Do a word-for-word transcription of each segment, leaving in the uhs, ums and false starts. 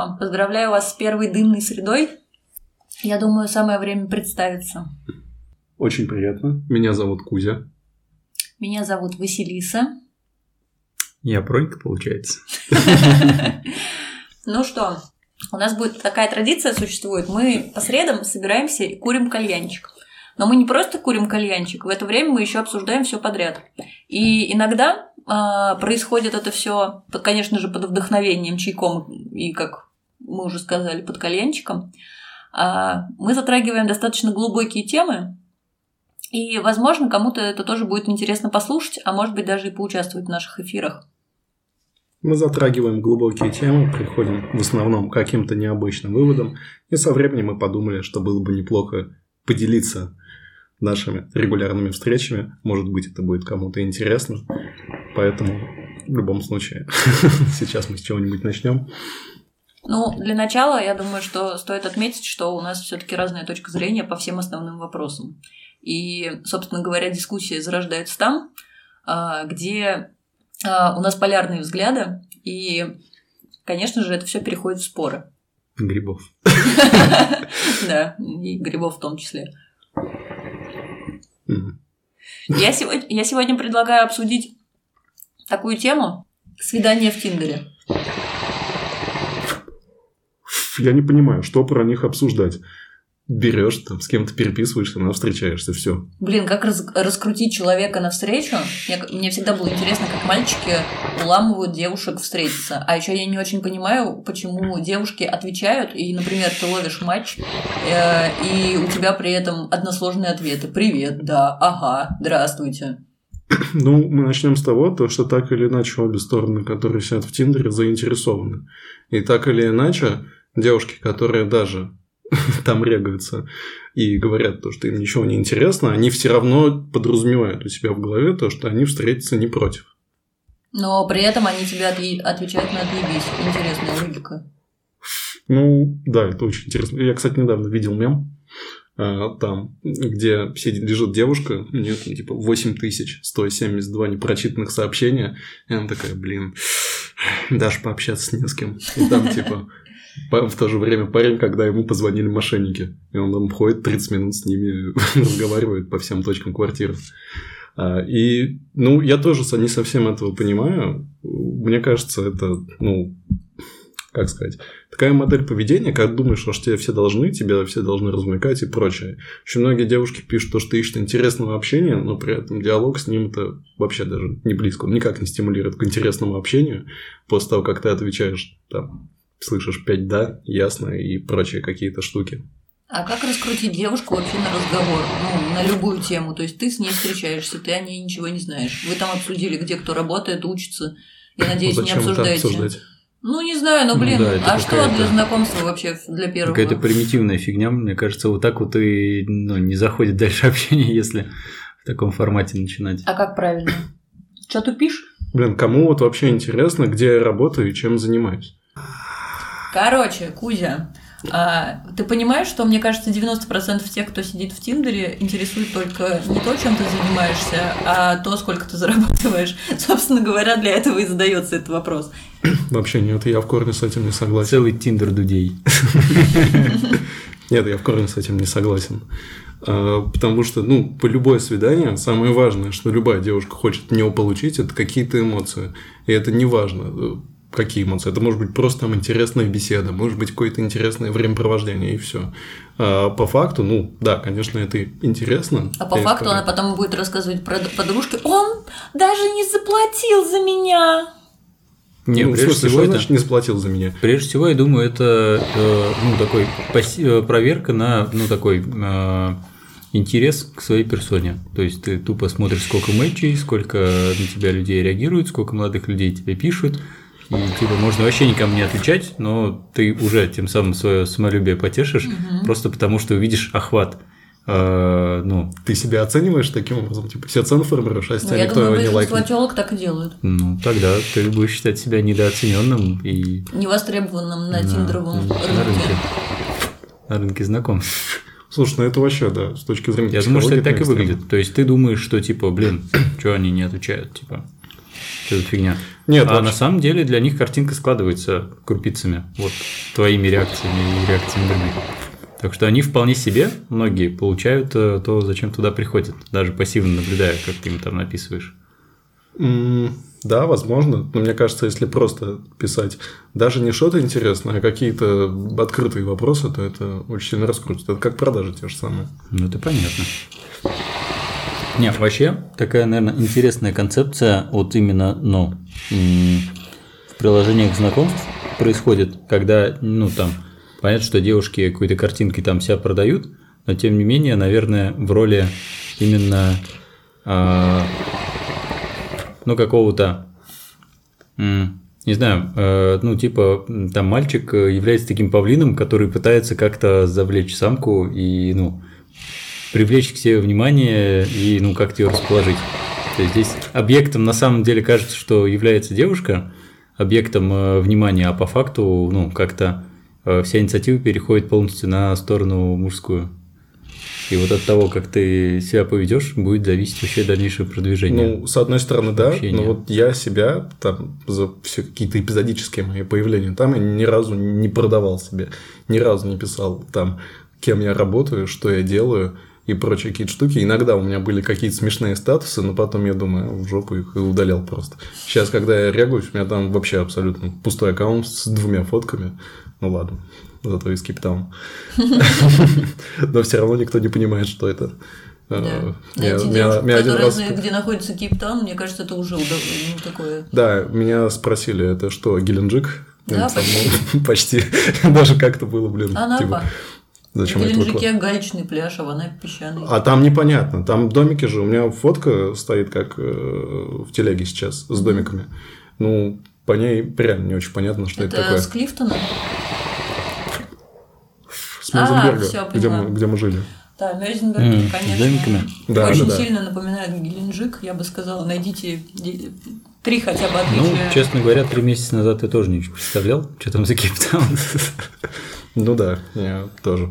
что, поздравляю вас с первой дымной средой. Я думаю, самое время представиться. Очень приятно. Меня зовут Кузя. Меня зовут Василиса. Я Пронька, получается. Ну что, у нас будет такая традиция существует. Мы по средам собираемся и курим кальянчик. Но мы не просто курим кальянчик, в это время мы еще обсуждаем все подряд. И иногда э, происходит это все, конечно же, под вдохновением, чайком и, как мы уже сказали, под кальянчиком. Э, мы затрагиваем достаточно глубокие темы, и, возможно, кому-то это тоже будет интересно послушать, а может быть, даже и поучаствовать в наших эфирах. Мы затрагиваем глубокие темы, приходим в основном к каким-то необычным выводам, и со временем мы подумали, что было бы неплохо поделиться нашими регулярными встречами. Может быть, это будет кому-то интересно. Поэтому в любом случае сейчас мы с чего-нибудь начнем. Ну, для начала, я думаю, что стоит отметить, что у нас все-таки разная точка зрения по всем основным вопросам. И, собственно говоря, дискуссия зарождается там, где у нас полярные взгляды, и, конечно же, это все переходит в споры. Грибов. Да, и грибов в том числе. Я сегодня, я сегодня предлагаю обсудить такую тему – свидание в Тиндере. Я не понимаю, что про них обсуждать. Берешь, там, с кем-то переписываешься, но встречаешься, все. Блин, как раз, раскрутить человека навстречу? Мне, мне всегда было интересно, как мальчики уламывают девушек встретиться. А еще я не очень понимаю, почему девушки отвечают, и, например, ты ловишь матч, э, и у тебя при этом односложные ответы. Привет, да, ага, здравствуйте. Ну, мы начнем с того, то, что так или иначе обе стороны, которые сидят в Тиндере, заинтересованы. И так или иначе, девушки, которые даже там регаются и говорят то, что им ничего не интересно, они все равно подразумевают у себя в голове то, что они встретятся не против. Но при этом они тебе отъ... отвечают на «отъебись». Интересная логика. Ну, да, это очень интересно. Я, кстати, недавно видел мем, там, где сидит, лежит девушка, у нее там типа восемь тысяч сто семьдесят два непрочитанных сообщения, и она такая, блин, даже пообщаться не с кем. И там типа... В то же время парень, когда ему позвонили мошенники, и он там ходит тридцать минут с ними, разговаривает по всем точкам квартиры. И, ну, я тоже не совсем этого понимаю. Мне кажется, это, ну, как сказать, такая модель поведения, когда думаешь, что тебе все должны, тебя все должны развлекать и прочее. Очень многие девушки пишут, что ищут интересного общения, но при этом диалог с ним это вообще даже не близко. Он никак не стимулирует к интересному общению после того, как ты отвечаешь там... Слышишь пять «да», ясно и прочие какие-то штуки. А как раскрутить девушку вообще на разговор? Ну, на любую тему. То есть, ты с ней встречаешься, ты о ней ничего не знаешь. Вы там обсудили, где кто работает, учится. Я надеюсь, Зачем не обсуждаете. обсуждать? Ну, не знаю, но, блин, ну, да, а что для знакомства вообще для первого? Какая-то примитивная фигня, мне кажется, вот так вот и ну, не заходит дальше общение, если в таком формате начинать. А как правильно? Что тупишь? Блин, кому вот вообще интересно, где я работаю и чем занимаюсь? Короче, Кузя, а, ты понимаешь, что, мне кажется, девяносто процентов тех, кто сидит в Тиндере, интересует только не то, чем ты занимаешься, а то, сколько ты зарабатываешь. Собственно говоря, для этого и задается этот вопрос. Вообще нет, я в корне с этим не согласен. Целый Тиндер Дудей. Нет, я в корне с этим не согласен. Потому что, ну, по любое свидание самое важное, что любая девушка хочет от него получить, это какие-то эмоции. И это не важно, какие эмоции. Это может быть просто там интересная беседа, может быть какое-то интересное времяпровождение, и все. А по факту, ну, да, конечно, это интересно. А по факту она потом будет рассказывать про подружке: он даже не заплатил за меня. Не, ну, прежде смысле, всего, это, значит, не заплатил за меня. Прежде всего, я думаю, это э, ну, такой пассив, проверка на ну, такой э, интерес к своей персоне. То есть ты тупо смотришь, сколько матчей, сколько на тебя людей реагируют, сколько молодых людей тебе пишут. И типа можно вообще никому не отвечать, но ты уже тем самым свое самолюбие потешишь, угу. Просто потому что увидишь охват. Э, ну, ты себя оцениваешь таким образом, типа все цены формируешь, а тебя ну, никто его не лайкнет. Я думаю, телок так и делают. Ну, тогда ты будешь считать себя недооцененным и невостребованным на, на тиндеровом рынке. На рынке, на рынке знакомств. Слушай, ну это вообще, да, с точки зрения я думаю, что это так и выглядит. То есть ты думаешь, что типа, блин, что они не отвечают, типа, что за фигня. Нет, а вообще... на самом деле для них картинка складывается крупицами, вот твоими реакциями и реакциями других. Так что они вполне себе, многие, получают то, зачем туда приходят, даже пассивно наблюдая, как ты им там написываешь. Mm, да, возможно. Но мне кажется, если просто писать даже не что-то интересное, а какие-то открытые вопросы, то это очень сильно раскрутит. Это как продажи те же самые. Ну, это понятно. Нет, вообще, такая, наверное, интересная концепция вот именно, ну, в приложениях знакомств происходит, когда, ну, там, понятно, что девушки какой-то картинкой там себя продают, но, тем не менее, наверное, в роли именно, э, ну, какого-то, э, не знаю, э, ну, типа, там мальчик является таким павлином, который пытается как-то завлечь самку и, ну, привлечь к себе внимание и, ну, как-то ее расположить. То есть здесь объектом на самом деле кажется, что является девушка, объектом э, внимания, а по факту, ну, как-то э, вся инициатива переходит полностью на сторону мужскую. И вот от того, как ты себя поведешь, будет зависеть вообще дальнейшее продвижение. Ну, с одной стороны, да, общения. но вот я себя там за все какие-то эпизодические мои появления там я ни разу не продавал себе, ни разу не писал там, кем я работаю, что я делаю и прочие какие-то штуки. Иногда у меня были какие-то смешные статусы, но потом я думаю, в жопу их и удалял просто. Сейчас, когда я регаюсь, у меня там вообще абсолютно пустой аккаунт с двумя фотками. Ну ладно, зато и с Кейптауном. Но все равно никто не понимает, что это. Да. Эти девушки, которые знают, где находится Кейптаун, мне кажется, это уже такое. Да, меня спросили, это что, Геленджик? Да, почти. Почти. Даже как-то было, блин. Анапа. Зачем в это Геленджике галечный пляж, а в Анапе песчаный. А там непонятно. Там домики же. У меня фотка стоит, как в телеге сейчас, с домиками. Ну, по ней реально не очень понятно, что это, это такое. Это с Клифтона? С Мёзенберга, а, где, мы, где мы жили. Да, Мёзенберг, mm, конечно. С домиками. Да, очень да, да. сильно напоминает Геленджик. Я бы сказала, найдите три хотя бы отличия. Ну, честно говоря, три месяца назад я тоже не представлял, что там за Кейптаун. Ну да, я тоже.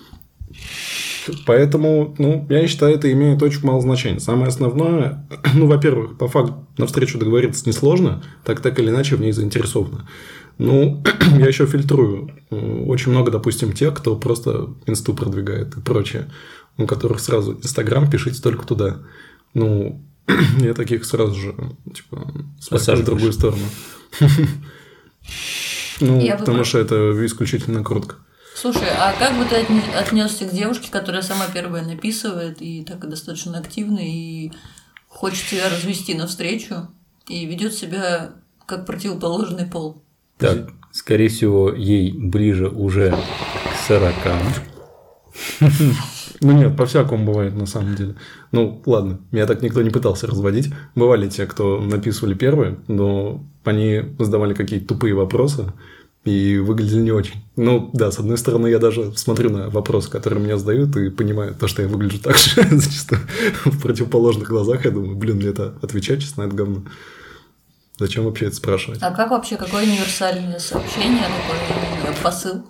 Поэтому, ну, я считаю, это имеет очень мало значения. Самое основное, ну, во-первых, по факту на встречу договориться несложно, так так или иначе в ней заинтересованы. Ну, я еще фильтрую. Очень много, допустим, тех, кто просто инсту продвигает и прочее, у которых сразу Инстаграм, пишите только туда. Ну, я таких сразу же, типа, спасаю в другую сторону. Ну, потому что это исключительно крутко. Слушай, а как бы ты отнесся к девушке, которая сама первая написывает и так достаточно активна, и хочет тебя развести навстречу, и ведет себя как противоположный пол? Так, скорее всего, ей ближе уже к сорока. Ну нет, по-всякому бывает на самом деле. Ну, ладно, меня так никто не пытался разводить. Бывали те, кто написывали первые, но они задавали какие-то тупые вопросы и выглядели не очень. Ну, да, с одной стороны, я даже смотрю на вопросы, которые меня задают, и понимаю то, что я выгляжу так же зачастую в противоположных глазах. Я думаю, блин, мне это отвечать, честно, это говно. Зачем вообще это спрашивать? А как вообще, какое универсальное сообщение, такой посыл,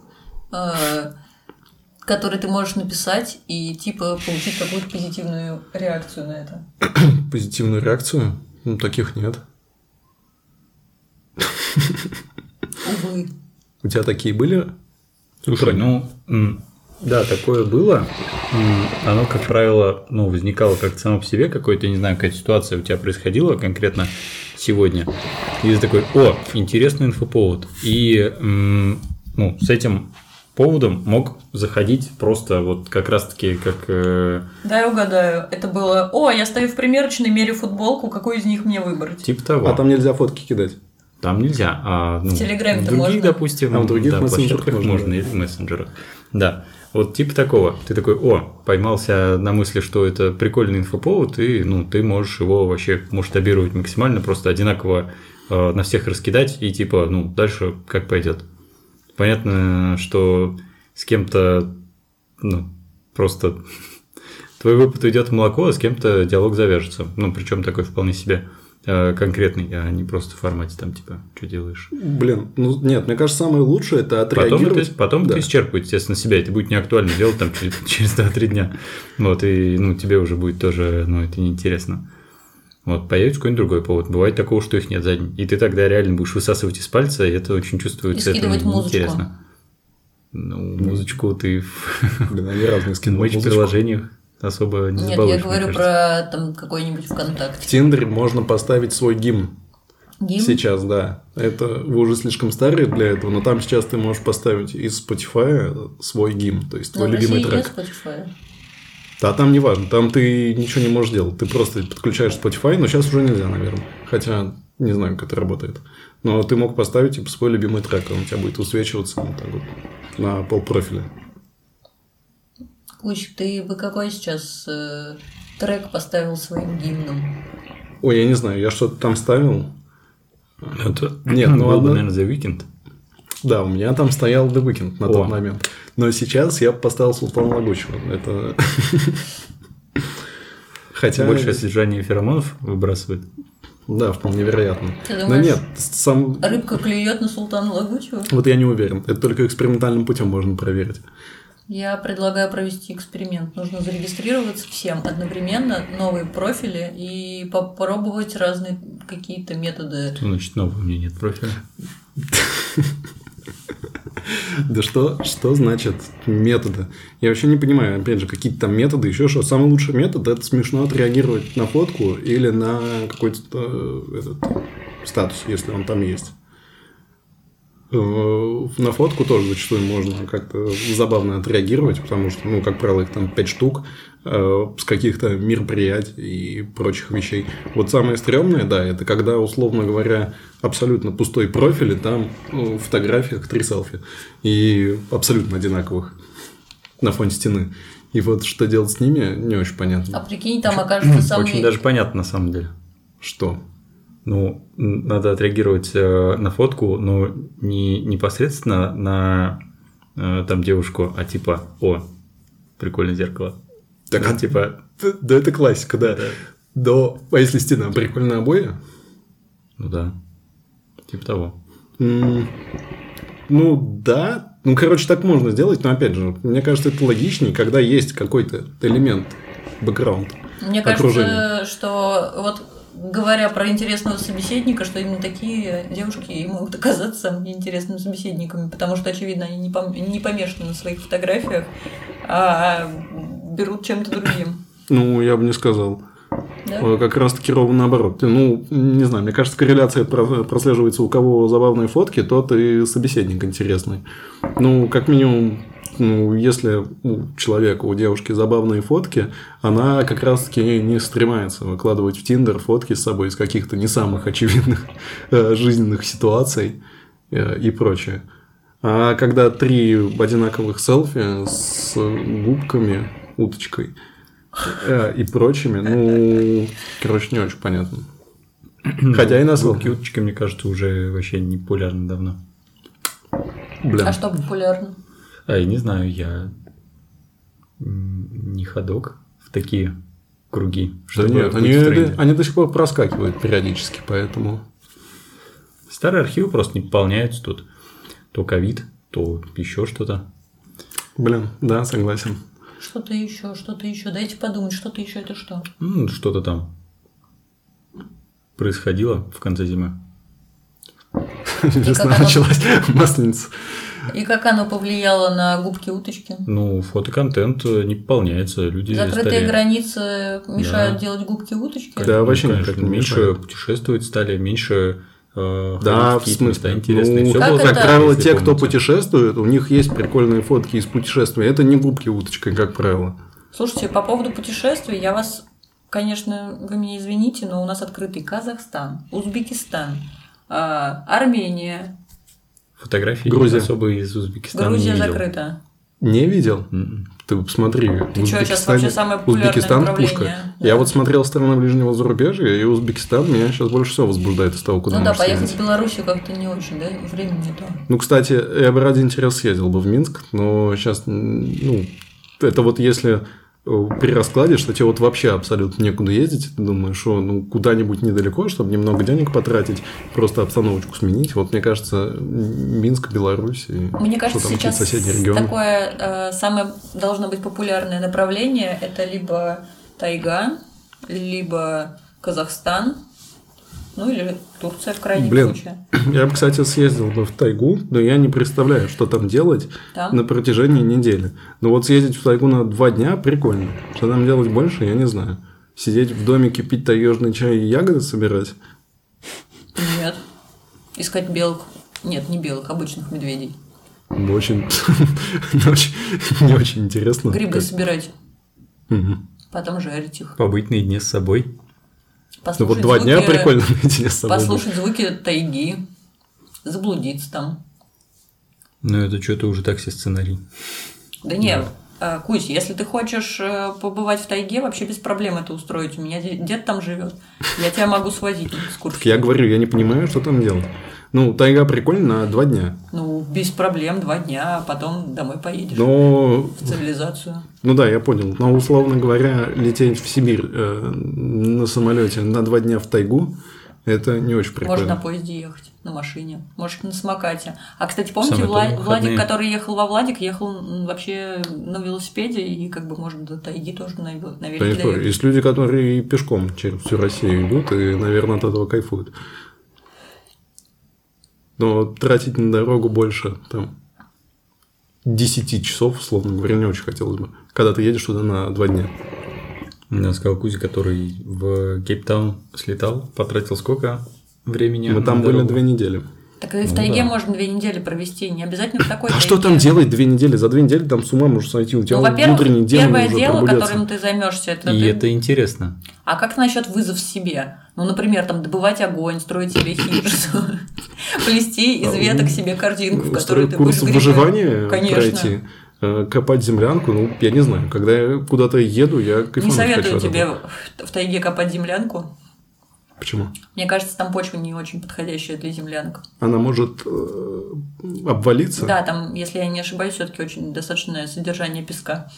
который ты можешь написать и типа получить какую-то позитивную реакцию на это? Позитивную реакцию? Ну, таких нет. Увы. У тебя такие были? Слушай, ну, да, такое было. Оно, как правило, ну, возникало как-то само по себе, какой-то, не знаю, какая ситуация у тебя происходила конкретно сегодня. И ты такой, о, интересный инфоповод. И ну, с этим поводом мог заходить просто вот как раз-таки как... Э... Да, я угадаю. Это было, о, я стою в примерочной, мерю футболку, какой из них мне выбрать? Типа того. А там нельзя фотки кидать? Там нельзя. А, ну, в Телеграме-то в других, можно. допустим, а в других да, мессенджерах можно, можно, или в мессенджерах. Да. Вот типа такого. Ты такой, о, поймался на мысли, что это прикольный инфоповод, и ну, ты можешь его вообще масштабировать максимально, просто одинаково э, на всех раскидать, и типа, ну, дальше как пойдет. Понятно, что с кем-то ну, просто твой выпад уйдет в молоко, а с кем-то диалог завяжется. Ну, причем такой вполне себе конкретный, а не просто в формате там типа, что делаешь. Блин, ну нет, мне кажется, самое лучшее это отреагировать. Потом, это, потом да. это исчерпывает, естественно, себя, и это будет не актуально делать там через, через два-три дня. Вот, и ну, тебе уже будет тоже, ну, это неинтересно. Вот, появится какой-нибудь другой повод. Бывает такого, что их нет за день. И ты тогда реально будешь высасывать из пальца, и это очень чувствуется. И скидывать это музычку. Интересно. Ну, музычку ты Блин, они разные скидывают. в приложениях особо не Нет, забалуешь, я говорю мне про там какой-нибудь В ВКонтакте. Тиндере можно поставить свой гимн. Гимн? Сейчас, да. Это вы уже слишком старые для этого, но там сейчас ты можешь поставить из Spotify свой гимн, то есть Но твой в любимый России нет трек. Spotify. Да, там не важно, там ты ничего не можешь делать, ты просто подключаешь Spotify, но сейчас уже нельзя, наверное. Хотя не знаю, как это работает. Но ты мог поставить типа свой любимый трек, он у тебя будет высвечиваться вот так вот на полпрофиля. Кучик, ты бы какой сейчас э, трек поставил своим гимном? Ой, я не знаю, я что-то там ставил. кажется. Это Нет, ну был бы, ладно. наверное, The Weeknd. Да, у меня там стоял The Weeknd на О. тот момент. Но сейчас я поставил Султана Лагучева. Это... Хотя... Большее содержание феромонов выбрасывает. Да, вполне вероятно. Ты Но думаешь, нет, сам... рыбка клюет на Султана Лагучева? Вот я не уверен. Это только экспериментальным путем можно проверить. Я предлагаю провести эксперимент. Нужно зарегистрироваться всем одновременно, новые профили и попробовать разные какие-то методы. Что значит новый? У меня нет профиля. Да что, что значит методы? Я вообще не понимаю, опять же, какие-то там методы, еще что. Самый лучший метод – это смешно отреагировать на фотку или на какой-то э, этот, статус, если он там есть. Э, На фотку тоже зачастую можно как-то забавно отреагировать, потому что, ну, как правило, их там пять штук э, с каких-то мероприятий и прочих вещей. Вот самое стрёмное, да, это когда, условно говоря, абсолютно пустой профиль, и там ну, в фотографиях три селфи. И абсолютно одинаковых на фоне стены. И вот что делать с ними, не очень понятно. А прикинь, там окажется самый... Очень даже понятно, на самом деле. Что? Ну, н- надо отреагировать э, на фотку, но не непосредственно на э, там девушку, а типа, о, прикольное зеркало. Так, Ну, а, типа, да, да, это классика, да. Да. До... А если стена прикольные обои? ну да, типа того. М, Ну, да. Ну, короче, так можно сделать, но, опять же, мне кажется, это логичнее, когда есть какой-то элемент, бэкграунд. Мне окружение. кажется, что вот говоря про интересного собеседника, что именно такие девушки и могут оказаться самыми интересными собеседниками, потому что, очевидно, они не, пом- не помешаны на своих фотографиях, а берут чем-то другим. Ну, я бы не сказал. Да? Э, Как раз таки ровно наоборот. Ты, Ну, не знаю, мне кажется, корреляция про- прослеживается, у кого забавные фотки, тот и собеседник интересный. Ну, как минимум, ну, если у человека, у девушки забавные фотки, она как раз таки не стремается выкладывать в Тиндер фотки с собой из каких-то не самых очевидных э, жизненных ситуаций э, и прочее. А когда три одинаковых селфи с губками, уточкой э, и прочими, ну, короче, не очень понятно. Хотя и на Губки селфи. уточки, мне кажется, уже вообще не популярны давно. Блин. А что популярно? А я не знаю, я м, не ходок в такие круги. Да чтобы нет, быть они, в тренде. они до сих пор проскакивают периодически, поэтому... Старые архивы просто не пополняются тут. То ковид, то еще что-то. Блин, да, согласен. Что-то еще, что-то еще. Дайте подумать, что-то еще это что? М, Что-то там происходило в конце зимы. Весна как оно? началась, масленица. И как оно повлияло на губки уточки? Ну, фотоконтент э, не пополняется, люди Закрытые стали... границы мешают Да. делать губки уточки? Да, Ну, вообще конечно, никак не меньше мешает. путешествовать стали, меньше э, Да, в ходить в какие-то места смысле. интересные. Ну, Всё Как было это? как так, правило, если те, кто помните. путешествует, у них есть прикольные фотки из путешествия. Это не губки уточкой, как правило. Слушайте, по поводу путешествий, я вас, конечно, вы меня извините, но у нас открытый Казахстан, Узбекистан, а, Армения, Фотографии Грузия. особо из Узбекистана Грузия не видел. закрыта. Не видел? М-м. Ты посмотри, Ты в что, сейчас Узбекистане- вообще самое популярное Узбекистан направление? пушка. Да. Я вот смотрел страны ближнего зарубежья, и Узбекистан меня сейчас больше всего возбуждает из того, куда Ну да, можно поехать съездить. в Белоруссию как-то не очень, да? Времени не то. Ну, кстати, я бы ради интереса съездил бы в Минск, но сейчас, ну, это вот если э, при раскладе, что тебе вот вообще абсолютно некуда ездить, ты думаешь, что ну куда-нибудь недалеко, чтобы немного денег потратить, просто обстановочку сменить. Вот мне кажется, Минск, Беларусь и Мне что кажется, там, какие-то сейчас соседние регионы. такое э, самое должно быть популярное направление – это либо тайга, либо Казахстан, ну или Турция в крайнем Блин, случае. Я бы, кстати, съездил бы в тайгу, но я не представляю, что там делать Там? на протяжении недели. Но вот съездить в тайгу на два дня прикольно. Что там делать больше, я не знаю. Сидеть в домике, пить таежный чай и ягоды собирать? Нет. Искать белых. Нет, не белых, обычных медведей. Очень, не очень, не очень интересно. Грибы Как- собирать, Мгм. потом жарить их. Побыть наедине с собой. Ну Послушать вот два дня звуки- прикольно наедине с собой. Послушать звуки тайги, заблудиться там. Ну, это что-то уже так себе сценарий. Да нет, а, Кусь, если ты хочешь э, побывать в тайге, вообще без проблем это устроить. У меня де- дед там живет. Я тебя могу свозить на Так экскурсию. я говорю, я не понимаю, что там делать. Ну, тайга прикольно на два дня. Ну, без проблем, два дня, а потом домой поедешь. Но, В цивилизацию. ну да, я понял. Но, условно говоря, лететь в Сибирь э, на самолете на два дня в тайгу, это не очень прикольно. Можно на поезде ехать, на машине, может, на самокате. А, кстати, помните, Самое то Вла- выходные. Владик, который ехал во Владик, ехал м, вообще на велосипеде, и как бы, может, до тайги тоже на, вел- на Да, велике не спорю. доехать. Есть люди, которые пешком через всю Россию идут и, наверное, от этого кайфуют. Но тратить на дорогу больше там десять часов, условно говоря, не очень хотелось бы. Когда ты едешь туда на два дня. Мне сказал Кузя, который в Кейптаун слетал, потратил сколько времени? Мы на там были дорогу? две недели. Так и в Ну тайге да. можно две недели провести, не обязательно в такой А тайге. что там делать две недели? За две недели там с ума можешь сойти. У тебя Ну, во-первых, внутренний демон первое уже дело, пробудется. которым ты займешься, это И ты- это интересно. А как насчет вызов себе? Ну, например, там добывать огонь, строить себе хижину, плести из веток себе корзинку, в которой ты будешь Курс грибы. выживания Конечно. пройти, э, копать землянку, ну, я не знаю. Когда я куда-то еду, я Не кайфануть советую хочу от тебе этого. в в тайге копать землянку. Почему? Мне кажется, там почва не очень подходящая для землянок. Она может э, обвалиться? Да, там, если я не ошибаюсь, все-таки очень достаточное содержание песка.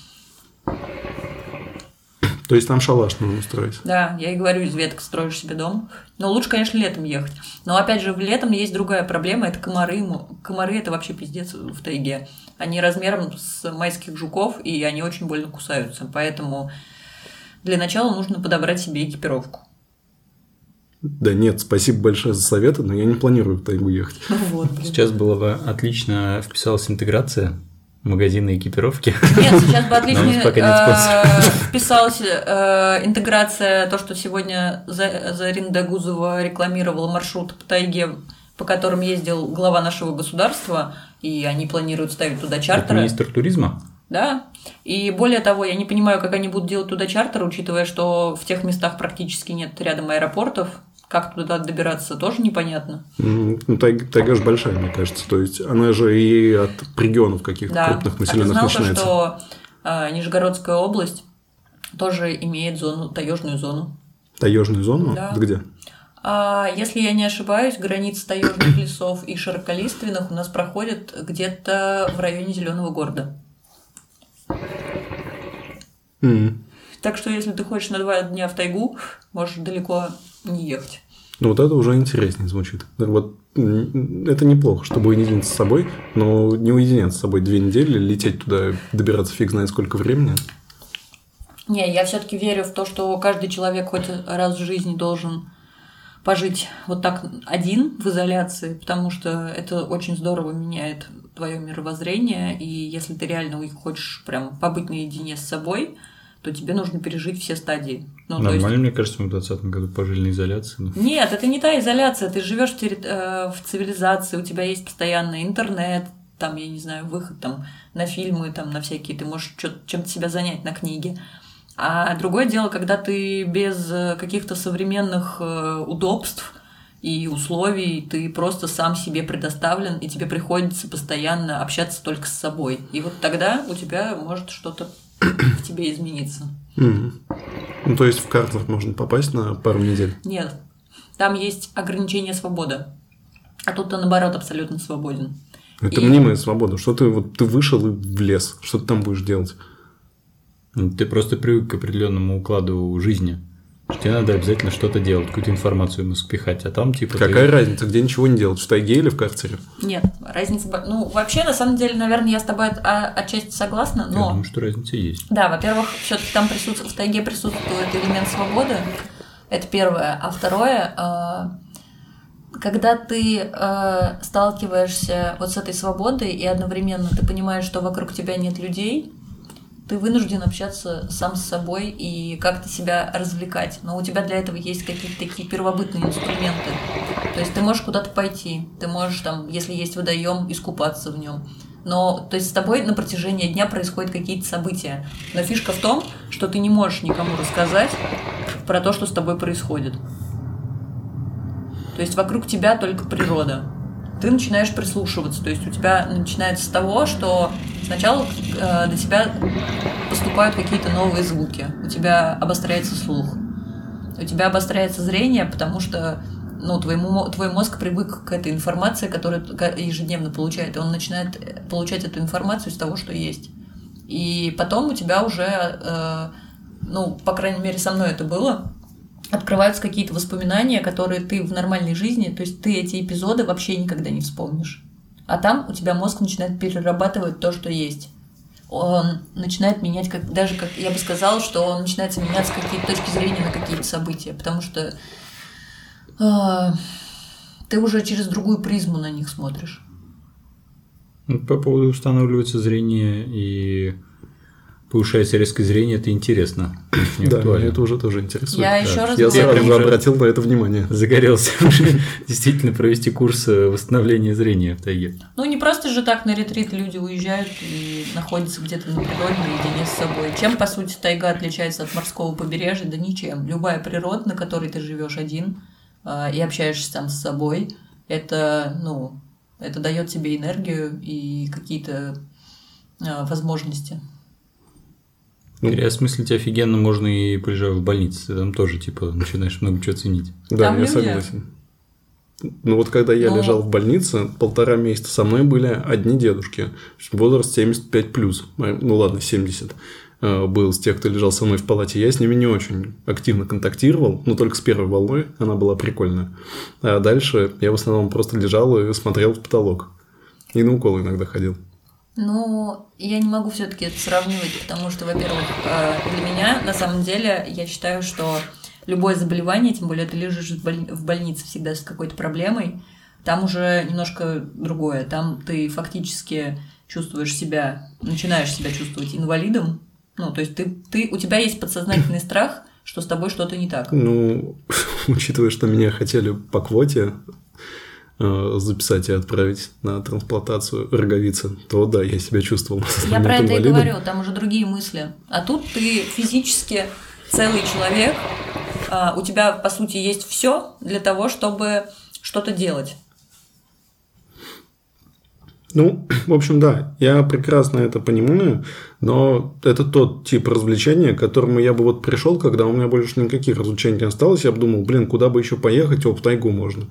То есть там шалаш нужно устроить. Да, я и говорю, из веток строишь себе дом. Но лучше, конечно, летом ехать. Но опять же, в летом есть другая проблема, это комары. М- Комары это вообще пиздец в тайге. Они размером с майских жуков, и они очень больно кусаются. Поэтому для начала нужно подобрать себе экипировку. Да нет, спасибо большое за советы, но я не планирую в тайгу ехать. Ну вот, блин. Сейчас было бы отлично вписалась интеграция магазина экипировки. Нет, сейчас бы отлично Но у нас пока нет э, спонсора. вписалась э, интеграция, то, что сегодня За- Зарина Дагузова рекламировала маршрут по тайге, по которым ездил глава нашего государства, и они планируют ставить туда Это чартеры. министр туризма? Да. И более того, я не понимаю, как они будут делать туда чартеры, учитывая, что в тех местах практически нет рядом аэропортов. Как туда добираться, тоже непонятно. М, Ну, тайга, тайга же большая, мне кажется. То есть она же и от регионов каких-то Да. крупных А ты населенных знал, то, начинается. что э, Нижегородская область тоже имеет зону, таежную зону? Таежную зону? Да. Это где? А если я не ошибаюсь, граница таежных лесов и широколиственных у нас проходит где-то в районе Зеленого города. М. Так что, если ты хочешь на два дня в тайгу, можешь далеко не ехать. Ну, вот это уже интереснее звучит. Вот м, это неплохо, чтобы уединиться с собой, но не уединяться с собой две недели, лететь туда, добираться фиг знает сколько времени. Не, я все-таки верю в то, что каждый человек хоть раз в жизни должен пожить вот так один в изоляции, потому что это очень здорово меняет твое мировоззрение, и если ты реально хочешь прям побыть наедине с собой, то тебе нужно пережить все стадии. Ну, то Нормально, есть- мне кажется, мы в двадцатом году пожили на изоляции. ну. Нет, это не та изоляция. Ты живешь в, терри- э, в цивилизации, у тебя есть постоянно интернет, там, я не знаю, выход там, на фильмы, там, на всякие, ты можешь чё- чем-то себя занять на книге. А другое дело, когда ты без э, каких-то современных э, удобств и условий, ты просто сам себе предоставлен, и тебе приходится постоянно общаться только с собой. И вот тогда у тебя может что-то в тебе измениться. Мгм. Ну, то есть в картах можно попасть на пару недель. Нет, там есть ограничение свободы. А тут ты, наоборот, абсолютно свободен. Это И- мнимая свобода. Что ты вот ты вышел в лес, что ты там будешь делать? Ну, Ты просто привык к определенному укладу жизни. Что тебе надо обязательно что-то делать, какую-то информацию ему спихать, а там типа... ты- Какая разница, где ничего не делать, в тайге или в карцере? Нет, разница... бо- Ну, вообще, на самом деле, наверное, я с тобой от- а- отчасти согласна, Я но... думаю, что разница есть. Да, во-первых, все-таки там присутствует, в тайге присутствует элемент свободы. Это первое. А второе, когда ты сталкиваешься вот с этой свободой, и одновременно ты понимаешь, что вокруг тебя нет людей, ты вынужден общаться сам с собой и как-то себя развлекать. Но у тебя для этого есть какие-то такие первобытные инструменты. То есть ты можешь куда-то пойти, ты можешь там, если есть водоем, искупаться в нем. Но, то есть с тобой на протяжении дня происходят какие-то события. Но фишка в том, что ты не можешь никому рассказать про то, что с тобой происходит. То есть вокруг тебя только природа. Ты начинаешь прислушиваться. То есть у тебя начинается с того, что сначала э, до тебя поступают какие-то новые звуки. У тебя обостряется слух. У тебя обостряется зрение, потому что ну, твоему, твой мозг привык к этой информации, которую ежедневно получает, и он начинает получать эту информацию из того, что есть. И потом у тебя уже, э, ну, по крайней мере, со мной это было, открываются какие-то воспоминания, которые ты в нормальной жизни, то есть ты эти эпизоды вообще никогда не вспомнишь. А там у тебя мозг начинает перерабатывать то, что есть. Он начинает менять, как, даже, как я бы сказала, что он начинает меняться какие-то точки зрения на какие-то события, потому что ты уже через другую призму на них смотришь. По поводу устанавливается зрение и повышается резкое зрение, это интересно. Да, мне это уже тоже интересует. Я еще раз Я говорю, сам обратил на это внимание. Загорелся уже действительно провести курс восстановления зрения в тайге. Ну, не просто же так на ретрит люди уезжают и находятся где-то на природе наедине с собой. Чем, по сути, тайга отличается от морского побережья? Да ничем. Любая природа, на которой ты живешь один и общаешься сам с собой, это, ну, это дает тебе энергию и какие-то возможности. Переосмыслить офигенно можно и полежав в больнице, там тоже, типа, начинаешь много чего ценить. Да, там я люди... согласен. Ну вот когда я Но... лежал в больнице, полтора месяца со мной были одни дедушки, возраст семьдесят пять плюс, ну ладно, семьдесят был с тех, кто лежал со мной в палате. Я с ними не очень активно контактировал, но только с первой волной, она была прикольная. А дальше я в основном просто лежал и смотрел в потолок. И на уколы иногда ходил. Ну, я не могу все-таки это сравнивать, потому что, во-первых, для меня, на самом деле, я считаю, что любое заболевание, тем более ты лежишь в больнице всегда с какой-то проблемой, там уже немножко другое. Там ты фактически чувствуешь себя, начинаешь себя чувствовать инвалидом. Ну, то есть ты, ты, у тебя есть подсознательный страх, что с тобой что-то не так. Ну, учитывая, что меня хотели по квоте записать и отправить на трансплантацию роговицы, то да, я себя чувствовал. Я про это и говорю, там уже другие мысли. А тут ты физически целый человек, у тебя, по сути, есть все для того, чтобы что-то делать. Ну, в общем, да, я прекрасно это понимаю, но это тот тип развлечения, к которому я бы вот пришел, когда у меня больше никаких развлечений не осталось, я бы думал, блин, куда бы еще поехать, о, в тайгу можно.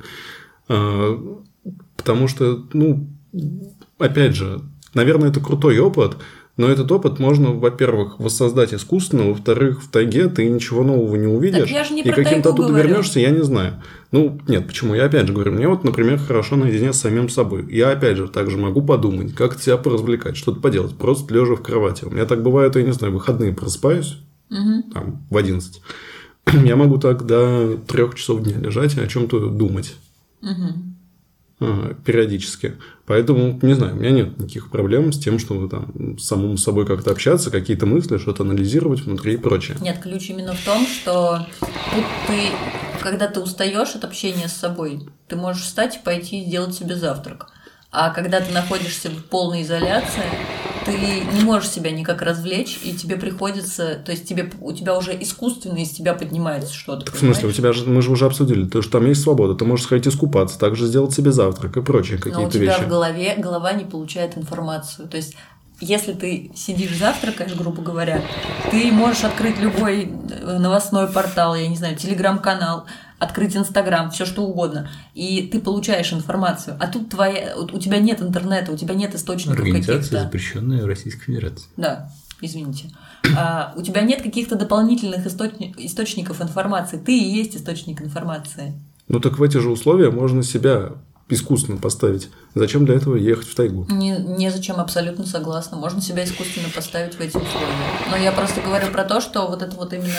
Потому что, ну, опять же, наверное, это крутой опыт, но этот опыт можно, во-первых, воссоздать искусственно, во-вторых, в тайге ты ничего нового не увидишь, не и каким-то оттуда говорю. Вернешься, я не знаю. Ну, нет, почему? Я опять же говорю, мне вот, например, хорошо наедине с самим собой. Я, опять же, также могу подумать, как себя поразвлекать, что-то поделать, просто лежа в кровати. У меня так бывает, я не знаю, выходные просыпаюсь, угу. там, в одиннадцать. Я могу так до трех часов дня лежать и о чем-то думать. Угу. Периодически. Поэтому, не знаю, у меня нет никаких проблем с тем, чтобы там с самому собой как-то общаться, какие-то мысли, что-то анализировать внутри и прочее. Нет, ключ именно в том, что тут ты, когда ты устаешь от общения с собой, ты можешь встать и пойти сделать себе завтрак. А когда ты находишься в полной изоляции, ты не можешь себя никак развлечь, и тебе приходится, то есть тебе, у тебя уже искусственно из тебя поднимается что-то. Так, в смысле, у тебя же, мы же уже обсудили, то, что там есть свобода, ты можешь сходить искупаться, также сделать себе завтрак и прочие какие-то вещи. Но у тебя вещи. В голове, голова не получает информацию, то есть если ты сидишь завтракаешь, грубо говоря, ты можешь открыть любой новостной портал, я не знаю, телеграм-канал, открыть Инстаграм, все что угодно, и ты получаешь информацию. А тут твоя, у тебя нет интернета, у тебя нет источников каких-то. Организация, запрещенная в Российской Федерации. Да, извините. А, у тебя нет каких-то дополнительных источник, источников информации. Ты и есть источник информации. Ну так в эти же условия можно себя искусственно поставить. Зачем для этого ехать в тайгу? Не, незачем, абсолютно согласна. Можно себя искусственно поставить в эти условия. Но я просто говорю про то, что вот это вот именно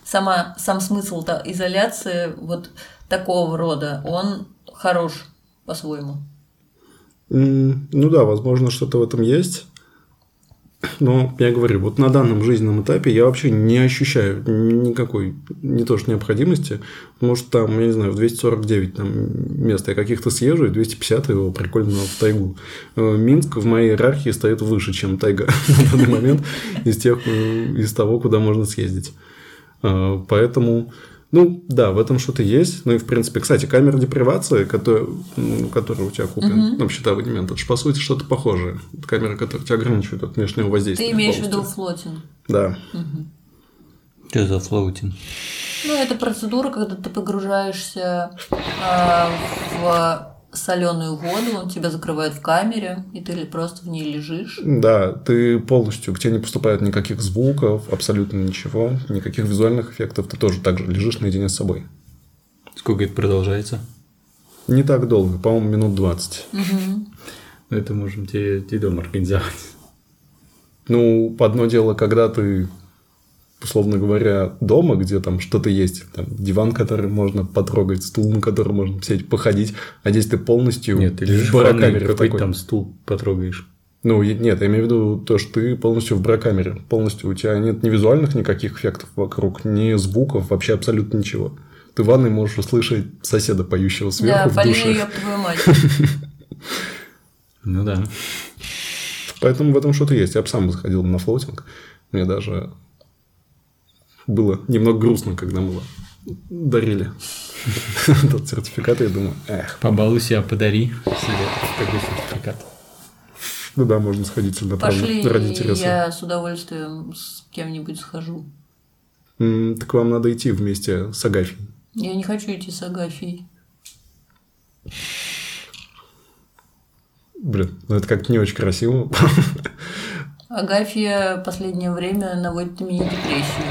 сама, сам смысл изоляции вот такого рода, он хорош по-своему. Mm, ну да, возможно, что-то в этом есть. Но я говорю, вот на данном жизненном этапе я вообще не ощущаю никакой, не то что необходимости, потому что там, я не знаю, в двести сорок девять там мест я каких-то съезжу, и двести пятьдесят его прикольно в тайгу. Минск в моей иерархии стоит выше, чем тайга на данный момент из тех, из того, куда можно съездить. Поэтому... Ну, да, в этом что-то есть. Ну, и, в принципе, кстати, камера депривации, которая, которая у тебя куплена, ну, счета абонемент, это же, по сути, что-то похожее. Это камера, которая тебя ограничивает от внешнего воздействия. Ты имеешь в виду флотинг? Да. Угу. Что за флоутинг? Ну, это процедура, когда ты погружаешься э, в соленую воду, тебя закрывают в камере, и ты просто в ней лежишь. Да, ты полностью, к тебе не поступает никаких звуков, абсолютно ничего, никаких визуальных эффектов, ты тоже так же лежишь наедине с собой. Сколько это продолжается? Не так долго, по-моему, минут двадцать. Угу. Ну, это можем тебе, тебе дома организовать. Ну, одно дело, когда ты, условно говоря, дома, где там что-то есть, там диван, который можно потрогать, стул, на котором можно сидеть, походить, а здесь ты полностью нет, ты лежишь в барокамере. Какой такой... там стул потрогаешь. Ну, нет, я имею в виду то, что ты полностью в барокамере, полностью у тебя нет ни визуальных никаких эффектов вокруг, ни звуков, вообще абсолютно ничего. Ты в ванной можешь услышать соседа, поющего сверху в душе. Да, ёб твою мать. Ну да. Поэтому в этом что-то есть. Я бы сам сходил на флотинг. Мне даже... было немного грустно, когда мы дарили тот сертификат, и я думаю, эх. Побалуй себя, подари себе такой сертификат. Ну да, можно сходить сюда, пошли, правда, ради интереса. Я с удовольствием с кем-нибудь схожу. М-м, так вам надо идти вместе с Агафьей. Я не хочу идти с Агафьей. Блин, ну это как-то не очень красиво. Агафья в последнее время наводит на меня депрессию.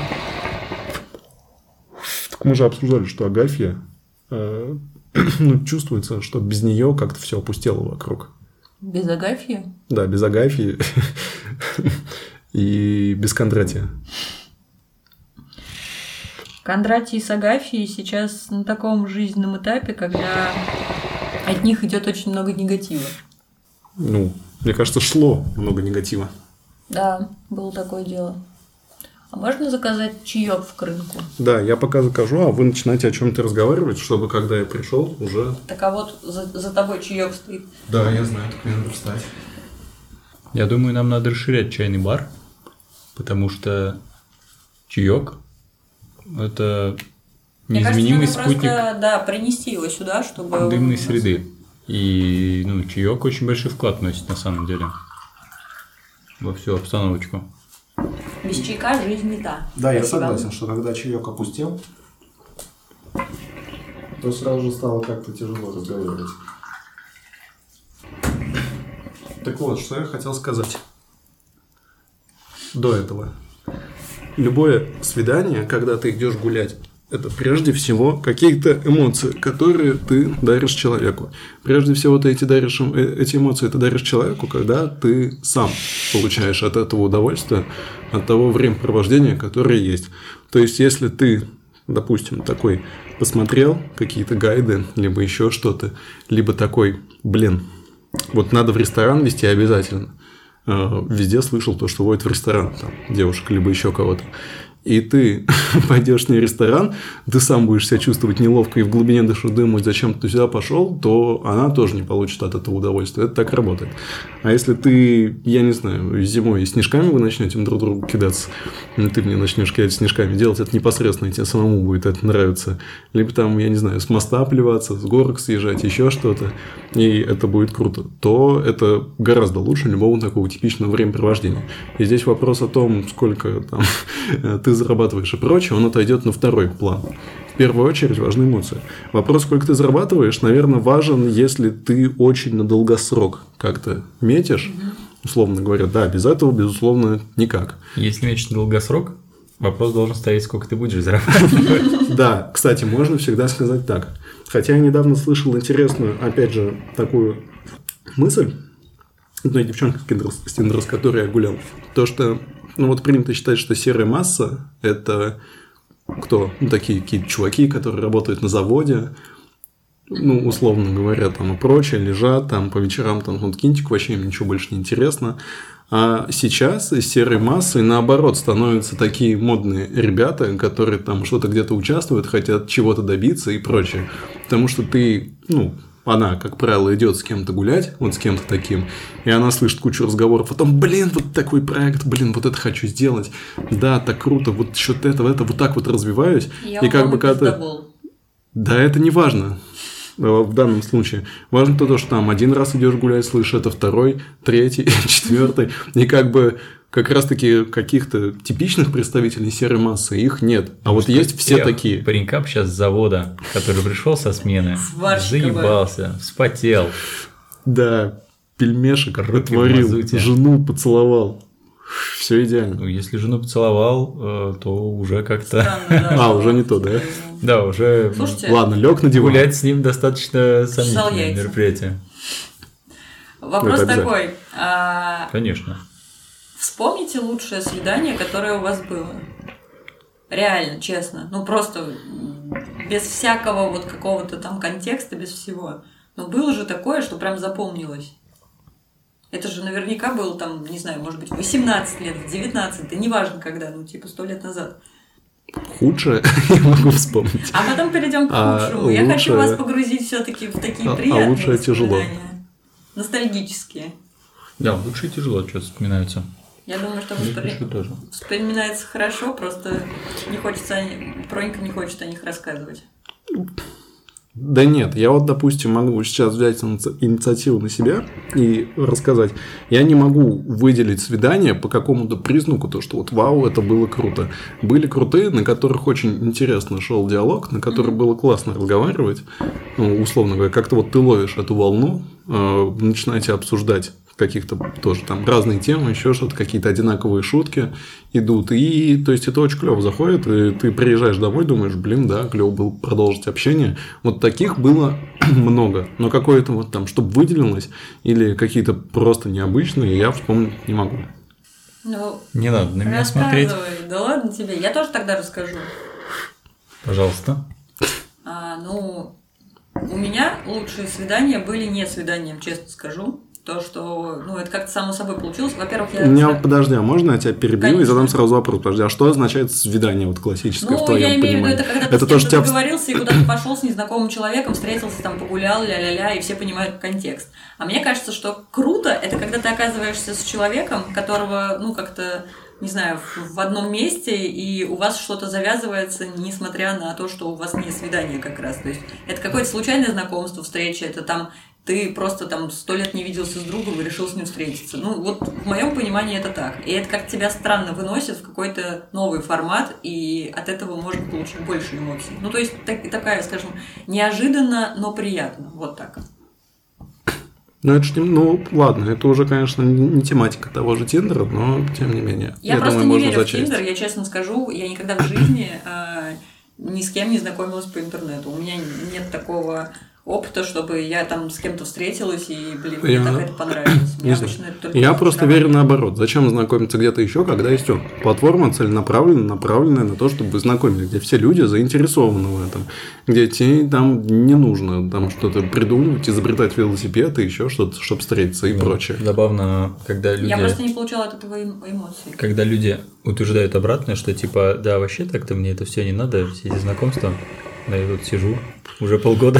Так мы же обсуждали, что Агафья, э, ну, чувствуется, что без нее как-то все опустело вокруг. Без Агафьи? Да, без Агафьи и без Кондратия. Кондратий с Агафьей сейчас на таком жизненном этапе, когда от них идет очень много негатива. Ну, мне кажется, шло много негатива. Да, было такое дело. А можно заказать чаек в Крынку? Да, я пока закажу, а вы начинаете о чем-то разговаривать, чтобы когда я пришел, уже... Так а вот за, за тобой чаек стоит. Да, я знаю, так мне надо встать. Я думаю, нам надо расширять чайный бар, потому что чаек – это неизменимый Мне кажется, спутник просто, да, принести его сюда, чтобы... дымной среды. И ну, чаек очень большой вклад вносит на самом деле во всю обстановочку. Без чайка жизнь не та. Да, я Спасибо. согласен, что когда чаек опустел, то сразу же стало как-то тяжело разговаривать. Так вот, что я хотел сказать до этого. Любое свидание, когда ты идешь гулять, это прежде всего какие-то эмоции, которые ты даришь человеку. Прежде всего ты эти, даришь, эти эмоции ты даришь человеку, когда ты сам получаешь от этого удовольствие, от того времяпровождения, которое есть. То есть, если ты, допустим, такой посмотрел какие-то гайды, либо еще что-то, либо такой, блин, вот надо в ресторан везти обязательно. Везде слышал то, что водят в ресторан там, девушек, либо еще кого-то. И ты пойдешь на ресторан, ты сам будешь себя чувствовать неловко и в глубине души думать, зачем ты сюда пошел, то она тоже не получит от этого удовольствия. Это так работает. А если ты, я не знаю, зимой снежками вы начнете друг другу кидаться, ты мне начнешь кидать снежками, делать это непосредственно, и тебе самому будет это нравиться. Либо там, я не знаю, с моста плеваться, с горок съезжать, еще что-то, и это будет круто, то это гораздо лучше любого такого типичного времяпровождения. И здесь вопрос о том, сколько там ты зарабатываешь и прочее, он отойдет на второй план. В первую очередь важны эмоции. Вопрос, сколько ты зарабатываешь, наверное, важен, если ты очень на долгосрок как-то метишь, условно говоря. Да, без этого, безусловно, никак. Если метишь на долгосрок, вопрос должен стоять, сколько ты будешь зарабатывать. Да, кстати, можно всегда сказать так. Хотя я недавно слышал интересную, опять же, такую мысль одной девчонки с Тиндера, с которой я гулял. То, что, ну вот принято считать, что серая масса – это кто? Ну, такие какие-то чуваки, которые работают на заводе, ну, условно говоря, там и прочее, лежат там по вечерам, там, вот кинчик, вообще им ничего больше не интересно. А сейчас из серой массы, наоборот, становятся такие модные ребята, которые там что-то где-то участвуют, хотят чего-то добиться и прочее. Потому что ты, ну, она, как правило, идет с кем-то гулять, вот с кем-то таким, и она слышит кучу разговоров о том, блин, вот такой проект, блин, вот это хочу сделать, да, так круто, вот что-то это, это, вот так вот развиваюсь. Я и как бы когда... Да, это не важно. В данном случае важно то, что там один раз идешь гулять, слышишь это, второй, третий, четвертый, и как бы как раз-таки каких-то типичных представителей серой массы их нет. А вот есть все такие. Паренька сейчас с завода, который пришел со смены, заебался, вспотел. Да, пельмешек отварил, жену поцеловал. Все идеально. Ну, если жену поцеловал, то уже как-то... Странно, да, а, уже не то, да? Да, уже... Слушайте, ладно, лег на диван. Гулять с ним достаточно сомнительное мероприятие. Вопрос такой. А... Конечно. Вспомните лучшее свидание, которое у вас было. Реально, честно. Ну, просто без всякого вот какого-то там контекста, без всего. Но было же такое, что прям запомнилось. Это же наверняка было там, не знаю, может быть, восемнадцать лет, девятнадцать, да неважно когда, ну, типа сто лет назад. Худшее я могу вспомнить. А потом перейдем к худшему. А я лучшее... хочу вас погрузить все-таки в такие а, приятные а лучшее тяжело. Ностальгические. Да, лучшее тяжело, что вспоминается. Я думаю, что вспри... вспоминается хорошо, просто не хочется, Пронька не хочет о них рассказывать. Да нет, я вот, допустим, могу сейчас взять инициативу на себя и рассказать. Я не могу выделить свидание по какому-то признаку, то, что вот вау, это было круто. Были крутые, на которых очень интересно шел диалог, на которых было классно разговаривать. Ну, условно говоря, как-то вот ты ловишь эту волну, э, начинаете обсуждать каких-то тоже там разные темы, еще что-то, какие-то одинаковые шутки идут. И, то есть, это очень клево заходит, и ты приезжаешь домой, думаешь, блин, да, клево было продолжить общение. Вот таких было много. Но какое-то вот там, чтобы выделилось, или какие-то просто необычные, я вспомнить не могу. Ну, не надо на меня смотреть. Да ладно тебе, я тоже тогда расскажу. Пожалуйста. А, ну, у меня лучшие свидания были не свиданием, честно скажу. То, что, ну, это как-то само собой получилось. Во-первых, я... У меня, сразу... подожди, а можно я тебя перебью Конечно. И задам сразу вопрос? Подожди, а что означает свидание вот классическое ну, в твоем понимании? Ну, я имею в виду, это когда ты это с кем-то тебя... договорился и куда-то пошел с незнакомым человеком, встретился, там, погулял, ля-ля-ля, и все понимают контекст. А мне кажется, что круто, это когда ты оказываешься с человеком, которого, ну, как-то... не знаю, в одном месте, и у вас что-то завязывается, несмотря на то, что у вас не свидание как раз. То есть это какое-то случайное знакомство, встреча, это там ты просто там сто лет не виделся с другом и решил с ним встретиться. Ну, вот в моем понимании это так. И это как тебя странно выносит в какой-то новый формат, и от этого можно получить больше эмоций. Ну, то есть так, такая, скажем, неожиданно, но приятно. Вот так. Ну, это ж не, ну, ладно, это уже, конечно, не тематика того же Тиндера, но тем не менее. Я, я просто думаю, не верю в Тиндер, я честно скажу, я никогда в жизни э, ни с кем не знакомилась по интернету. У меня нет такого опыта, чтобы я там с кем-то встретилась и, блин, мне я... так это понравилось. Мне обычно это только я просто верю наоборот. Зачем знакомиться где-то еще, когда есть он? Платформа целенаправленная, направленная на то, чтобы вы знакомились, где все люди заинтересованы в этом, где тебе там не нужно там что-то придумывать, изобретать велосипед и еще что-то, чтобы встретиться и да, прочее. Забавно, когда люди... Я просто не получала от этого эмоций. Когда люди утверждают обратное, что типа, да, вообще так-то мне это все не надо, все эти знакомства. Да, я тут сижу уже полгода.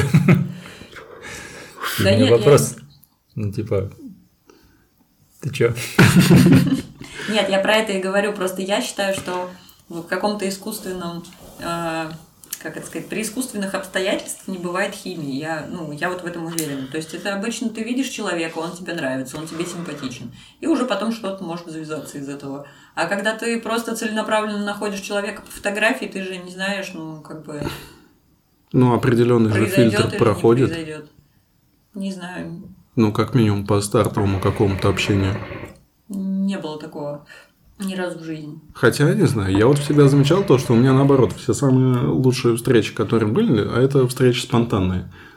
Да нет, вопрос, ну типа, ты чё? Нет, я про это и говорю. Просто я считаю, что в каком-то искусственном, э, как это сказать, при искусственных обстоятельствах не бывает химии. Я, ну, я вот в этом уверена. То есть это обычно ты видишь человека, он тебе нравится, он тебе симпатичен, и уже потом что-то может завязаться из этого. А когда ты просто целенаправленно находишь человека по фотографии, ты же не знаешь, ну как бы. Ну, определенный же фильтр проходит. Не произойдет. Не знаю. Ну, как минимум, по стартовому какому-то общению. Не было такого ни разу в жизни. Хотя, я не знаю, я вот в себя замечал то, что у меня наоборот, все самые лучшие встречи, которые были, а это встречи спонтанные.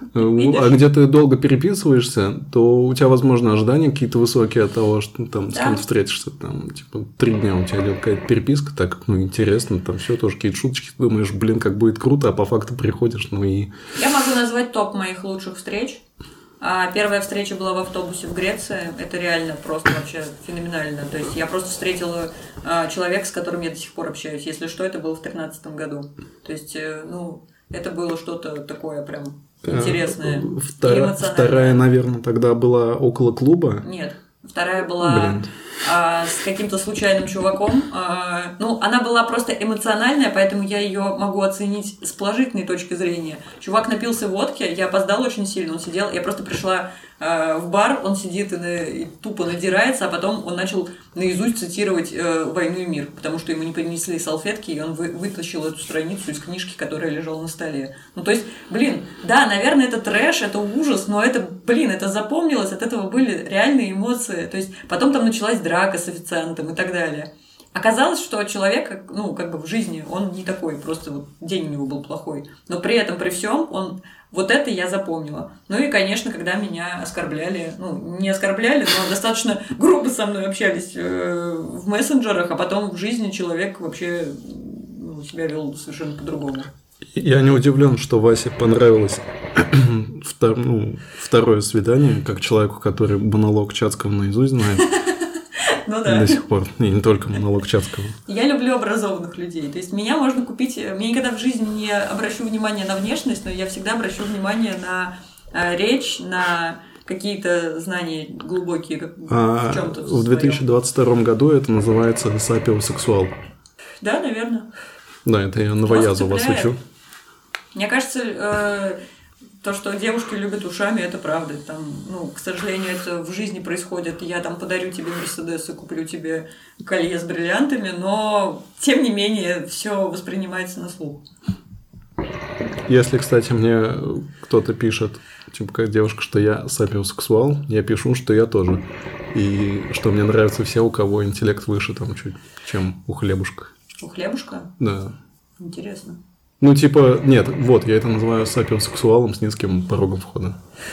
А где ты долго переписываешься, то у тебя, возможно, ожидания какие-то высокие от того, что ты там с кем-то встретишься. Там, типа, три дня у тебя идет какая-то переписка, так, ну, интересно, там все тоже какие-то шуточки. Думаешь, блин, как будет круто, а по факту приходишь, ну и... Я могу назвать топ моих лучших встреч. А первая встреча была в автобусе в Греции. Это реально просто вообще феноменально. То есть я просто встретила а, человека, с которым я до сих пор общаюсь. Если что, это было в тринадцатом году. То есть, э, ну, это было что-то такое прям интересное. Вторая, вторая, наверное, тогда была около клуба. Нет. Вторая была а, с каким-то случайным чуваком. А, ну, она была просто эмоциональная, поэтому я ее могу оценить с положительной точки зрения. Чувак напился водки, я опоздала очень сильно, он сидел, я просто пришла а, в бар, он сидит и, на, и тупо надирается, а потом он начал наизусть цитировать а, «Войну и мир», потому что ему не принесли салфетки, и он вы, вытащил эту страницу из книжки, которая лежала на столе. Ну, то есть, блин, да, наверное, это трэш, это ужас, но это, блин, это запомнилось, от этого были реальные эмоции. То есть, потом там началась драка с официантом и так далее. Оказалось, что человек, ну, как бы в жизни, он не такой, просто вот день у него был плохой. Но при этом, при всем, он... Вот это я запомнила. Ну и, конечно, когда меня оскорбляли, ну, не оскорбляли, но достаточно грубо со мной общались э, в мессенджерах, а потом в жизни человек вообще ну, себя вел совершенно по-другому. Я не удивлен, что Васе понравилось втор, ну, второе свидание, как человеку, который монолог Чацкого наизусть знает. Ну да. До сих пор. И не только монолог Чацкого. Я люблю образованных людей. То есть меня можно купить... Я никогда в жизни не обращу внимание на внешность, но я всегда обращу внимание на э, речь, на какие-то знания глубокие как, а в чем-то. В две тысячи двадцать втором году это называется сапиосексуал. Да, наверное. Да, это я новоязу вас учу. Мне кажется... Э, То, что девушки любят ушами, это правда. Там, ну, к сожалению, это в жизни происходит. Я там подарю тебе Мерседес и куплю тебе колье с бриллиантами, но, тем не менее, все воспринимается на слух. Если, кстати, мне кто-то пишет, типа, как девушка, что я сапиосексуал, я пишу, что я тоже. И что мне нравятся все, у кого интеллект выше, там, чуть, чем у хлебушка. У хлебушка? Да. Интересно. Ну, типа, нет, вот, я это называю сапиосексуалом с низким порогом входа.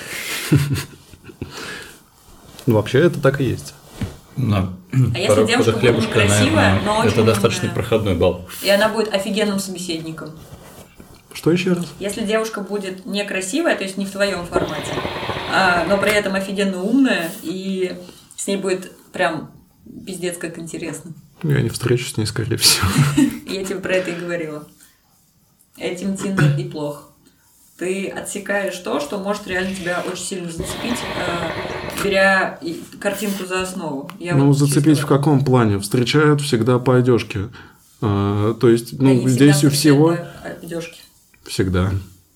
Ну, вообще, это так и есть. А если девушка будет некрасивая, но очень это достаточно проходной балл. И она будет офигенным собеседником. Что еще раз? Если девушка будет некрасивая, то есть не в твоем формате, а, но при этом офигенно умная, и с ней будет прям пиздец как интересно. Я не встречусь с ней, скорее всего. Я тебе про это и говорила. Этим Тиндер и плох. Ты отсекаешь то, что может реально тебя очень сильно зацепить, э, беря картинку за основу. Я ну, вот зацепить чисто... в каком плане? Встречают всегда по одежке. А, то есть, ну, Они здесь у всего... По одежке. Всегда.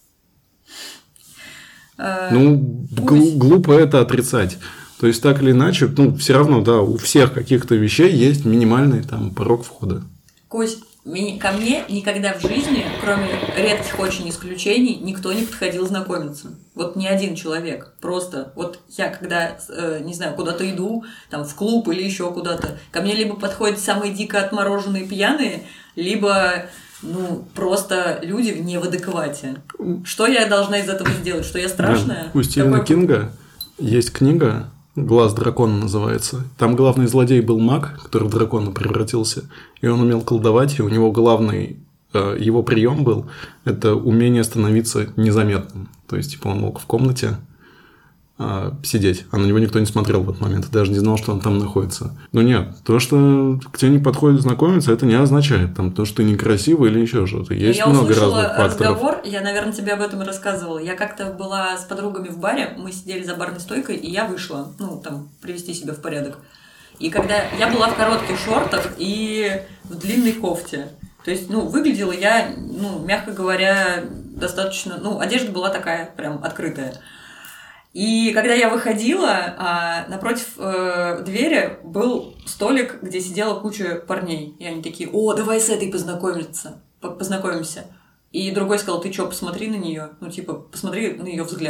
А, ну, гл- глупо это отрицать. То есть, так или иначе, ну, все равно, да, у всех каких-то вещей есть минимальный там порог входа. Кость, ко мне никогда в жизни, кроме редких очень исключений, никто не подходил знакомиться. Вот ни один человек. Просто вот я когда, э, не знаю, куда-то иду, там в клуб или еще куда-то, ко мне либо подходят самые дико отмороженные пьяные, либо... Ну, просто люди не в адеквате. Что я должна из этого сделать? Что я страшная? У Стивена Какой... Кинга есть книга «Глаз дракона» называется. Там главный злодей был маг, который в дракона превратился, и он умел колдовать, и у него главный его прием был – это умение становиться незаметным. То есть, типа, он мог в комнате сидеть, а на него никто не смотрел в этот момент, даже не знал, что он там находится. Но нет, то, что к тебе не подходит знакомиться, это не означает там, то, что ты некрасивый или еще что-то. Есть я много разных факторов. Разговор, я, наверное, тебе об этом рассказывала. Я как-то была с подругами в баре, мы сидели за барной стойкой, и я вышла, ну, там, привести себя в порядок. И когда я была в коротких шортах и в длинной кофте, то есть, ну, выглядела я, ну, мягко говоря, достаточно, ну, одежда была такая прям открытая. И когда я выходила, напротив э, двери был столик, где сидела куча парней. И они такие: о, давай с этой познакомиться, познакомимся. И другой сказал: ты что, посмотри на нее, ну, типа, посмотри на ее взгляд.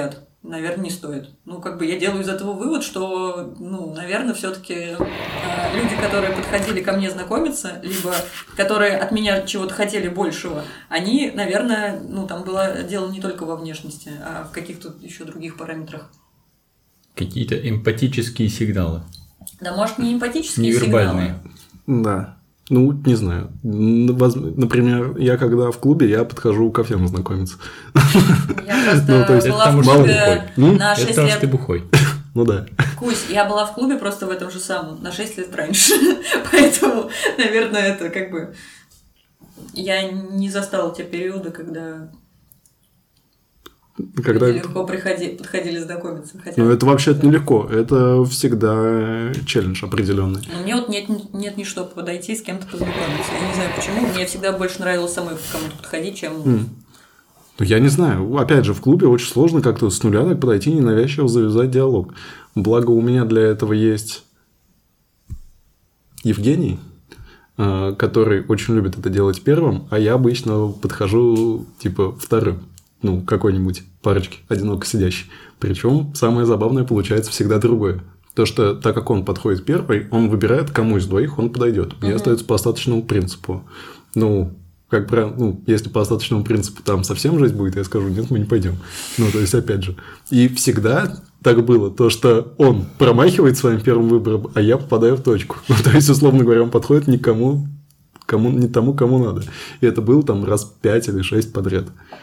наверное, не стоит. Ну, как бы я делаю из этого вывод, что, ну, наверное, все-таки э, люди, которые подходили ко мне знакомиться, либо которые от меня чего-то хотели большего, они, наверное, ну, там было дело не только во внешности, а в каких-то еще других параметрах. Какие-то эмпатические сигналы. Да, может, не эмпатические Невербальные. сигналы. Да. Ну, не знаю. Например, я когда в клубе, я подхожу ко всем знакомиться. Я просто Ну, то есть была это в мало клубе бухой. на Это шесть потому, что ты лет. бухой. Ну да. Кусь, я была в клубе просто в этом же самом, на шесть лет раньше. Поэтому, наверное, это как бы... Я не застала те периоды, когда... Когда... люди легко приходи, подходили знакомиться. Хотя... Ну, это вообще-то нелегко. Это всегда челлендж определенный. Но мне вот нет, нет ни что подойти с кем-то познакомиться. Я не знаю почему. Мне всегда больше нравилось самой к кому-то подходить, чем... Mm. Ну, я не знаю. Опять же, в клубе очень сложно как-то с нуля так подойти и ненавязчиво завязать диалог. Благо, у меня для этого есть Евгений, который очень любит это делать первым, а я обычно подхожу, типа, вторым. Ну, какой-нибудь парочки, одиноко сидящей. Причем самое забавное получается всегда другое. То, что так как он подходит первый, он выбирает, кому из двоих он подойдет. Мне mm-hmm. остается по остаточному принципу. Ну, как правило, ну, если по остаточному принципу там совсем жесть будет, я скажу, нет, мы не пойдем. Ну, то есть, опять же. И всегда так было, то, что он промахивает своим первым выбором, а я попадаю в точку. Ну, то есть, условно говоря, он подходит никому, кому, не тому, кому надо. И это было там раз пять или шесть подряд.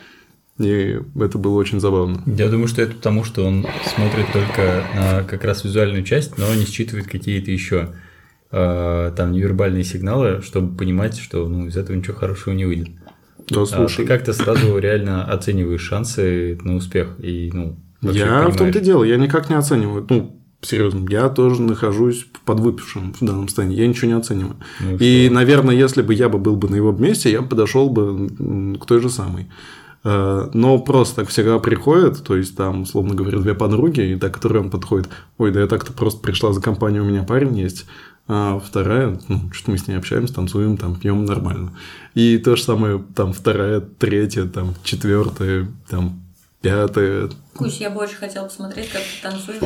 И это было очень забавно. Я думаю, что это потому, что он смотрит только на как раз визуальную часть, но не считывает какие-то еще э, там невербальные сигналы, чтобы понимать, что ну, из этого ничего хорошего не выйдет. Да, слушай. А ты как-то сразу реально оцениваешь шансы на успех. И, ну, я в том-то и дело, я никак не оцениваю. Ну, серьезно, я тоже нахожусь подвыпившим в данном состоянии, я ничего не оцениваю. Ну, и, что? Наверное, если бы я бы был бы на его месте, я бы подошел бы к той же самой. Но просто так всегда приходят, то есть там, условно говоря, две подруги, и та, к которой он подходит, ой, да я так-то просто пришла за компанию, у меня парень есть, а вторая, ну, что-то мы с ней общаемся, танцуем, там, пьем нормально. И то же самое, там, вторая, третья, там, четвертая, там, пятая. Кусь, я бы очень хотела посмотреть, как ты танцуешь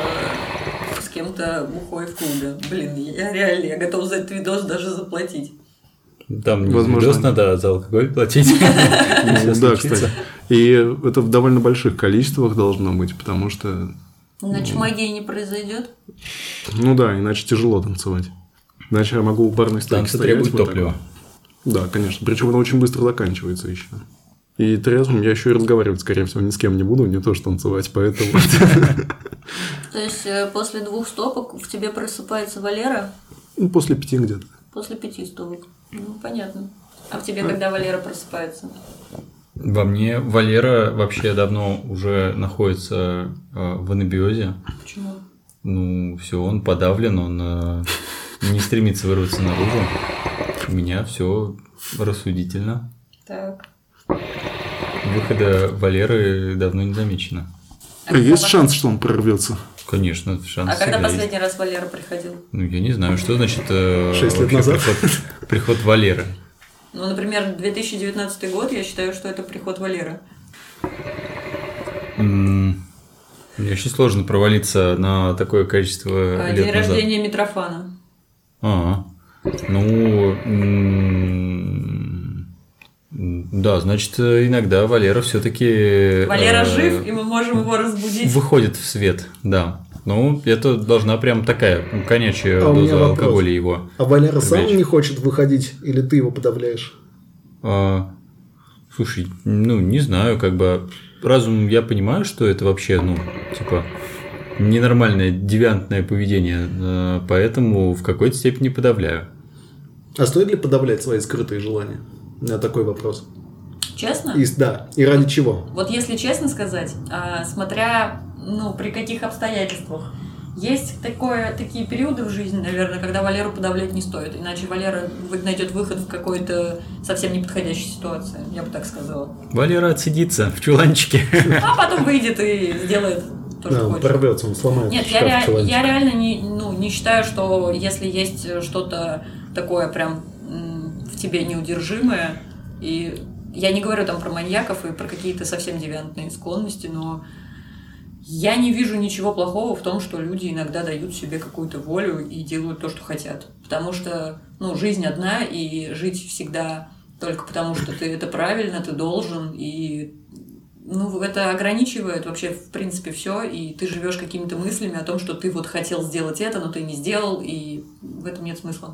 э, с кем-то бухой в клубе. Блин, я реально, я готова за этот видос даже заплатить. Там не видос надо за алкоголь платить. Да, кстати. И это в довольно больших количествах должно быть, потому что... Иначе магии не произойдет. Ну да, иначе тяжело танцевать. Иначе я могу у барной стойки стоять. Танцы требуют топлива. Да, конечно. Причем оно очень быстро заканчивается еще. И трезвым я еще и разговаривать, скорее всего, ни с кем не буду, не то что танцевать, поэтому... То есть после двух стопок в тебе просыпается Валера? Ну, после пяти где-то. После пяти стопок. Ну, понятно. А в тебе когда Валера просыпается? Во мне Валера вообще давно уже находится э, в анабиозе. Почему? Ну, все, он подавлен, он э, не стремится вырваться наружу. У меня все рассудительно. Так. Выхода Валеры давно не замечено. А есть шанс, что он прорвется? Конечно, шанс. А когда последний есть. раз Валера приходил? Ну, я не знаю, что значит э, Шесть лет назад? Приход, приход Валеры. Ну, например, две тысячи девятнадцатый год, я считаю, что это приход Валеры. Мне очень сложно провалиться на такое количество а, лет день назад. рождения Митрофана. А, ну... Да, значит, иногда Валера все-таки Валера э, жив, и мы можем его разбудить. Выходит в свет, да. Ну, это должна прям такая ну, конячая а доза алкоголя его. А Валера сам не хочет выходить, или ты его подавляешь? А, слушай, ну, не знаю, как бы разум я понимаю, что это вообще, ну, типа, ненормальное, девиантное поведение, поэтому в какой-то степени подавляю. А стоит ли подавлять свои скрытые желания? У меня такой вопрос. Честно? И, да. И ради чего? Вот если честно сказать, а, смотря, ну, при каких обстоятельствах. Есть такое, такие периоды в жизни, наверное, когда Валеру подавлять не стоит. Иначе Валера найдет выход в какой-то совсем неподходящей ситуации, я бы так сказала. Валера отсидится в чуланчике. А потом выйдет и сделает то, да, что он хочет. порвется, он сломает. Нет, я, ре- я реально не, ну, не считаю, что если есть что-то такое прям в тебе неудержимое, и я не говорю там про маньяков и про какие-то совсем девиантные склонности, но Я не вижу ничего плохого в том, что люди иногда дают себе какую-то волю и делают то, что хотят. Потому что, ну, жизнь одна, и жить всегда только потому, что ты это правильно, ты должен, и ну, это ограничивает вообще, в принципе, все, и ты живешь какими-то мыслями о том, что ты вот хотел сделать это, но ты не сделал, и в этом нет смысла.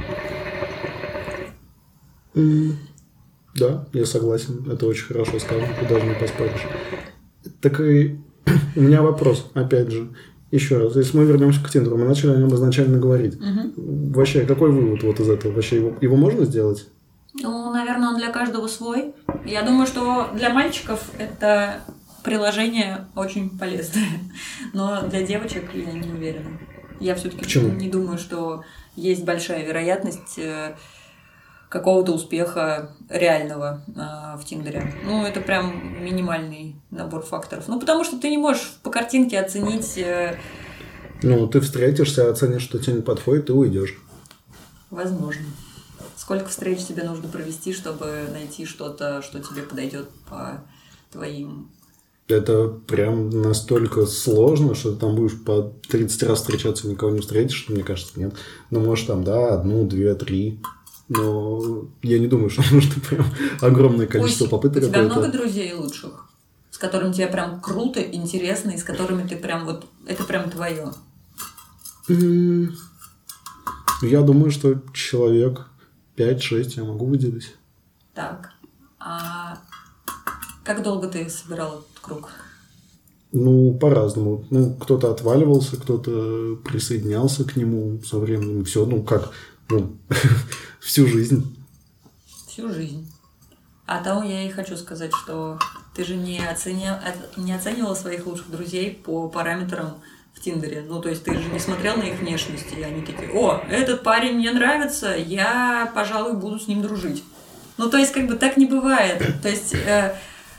Mm, да, я согласен. Это очень хорошо сказано, ты даже не поспоришь. Так и у меня вопрос, опять же. Еще раз, если мы вернемся к Тиндеру, мы начали о нем изначально говорить. Угу. Вообще, какой вывод вот из этого? Вообще, его, его можно сделать? Ну, наверное, он для каждого свой. Я думаю, что для мальчиков это приложение очень полезное. Но для девочек я не уверена. Я все-таки не думаю, что есть большая вероятность какого-то успеха реального в Тиндере. Ну, это прям минимальный набор факторов. Ну, потому что ты не можешь по картинке оценить... Ну, ты встретишься, оценишь, что тебе не подходит, и уйдешь. Возможно. Сколько встреч тебе нужно провести, чтобы найти что-то, что тебе подойдет по твоим... Это прям настолько сложно, что ты там будешь по тридцать раз встречаться, никого не встретишь, мне кажется, нет. Ну, может, там, да, одну, две, три... Но я не думаю, что нужно прям огромное количество Пусть попыток. У тебя какое-то... много друзей лучших, с которыми тебе прям круто, интересно, и с которыми ты прям вот... Это прям твое. Mm-hmm. Я думаю, что человек пять-шесть я могу выделить. Так. А как долго ты собирал этот круг? Ну, по-разному. Ну, кто-то отваливался, кто-то присоединялся к нему со временем. Все, ну, как... Ну, всю жизнь. Всю жизнь. А тому я и хочу сказать, что ты же не, оценил, не оценивала своих лучших друзей по параметрам в Тиндере. Ну, то есть ты же не смотрел на их внешность, и они такие: о, этот парень мне нравится, я, пожалуй, буду с ним дружить. Ну, то есть, как бы так не бывает. То есть... Э,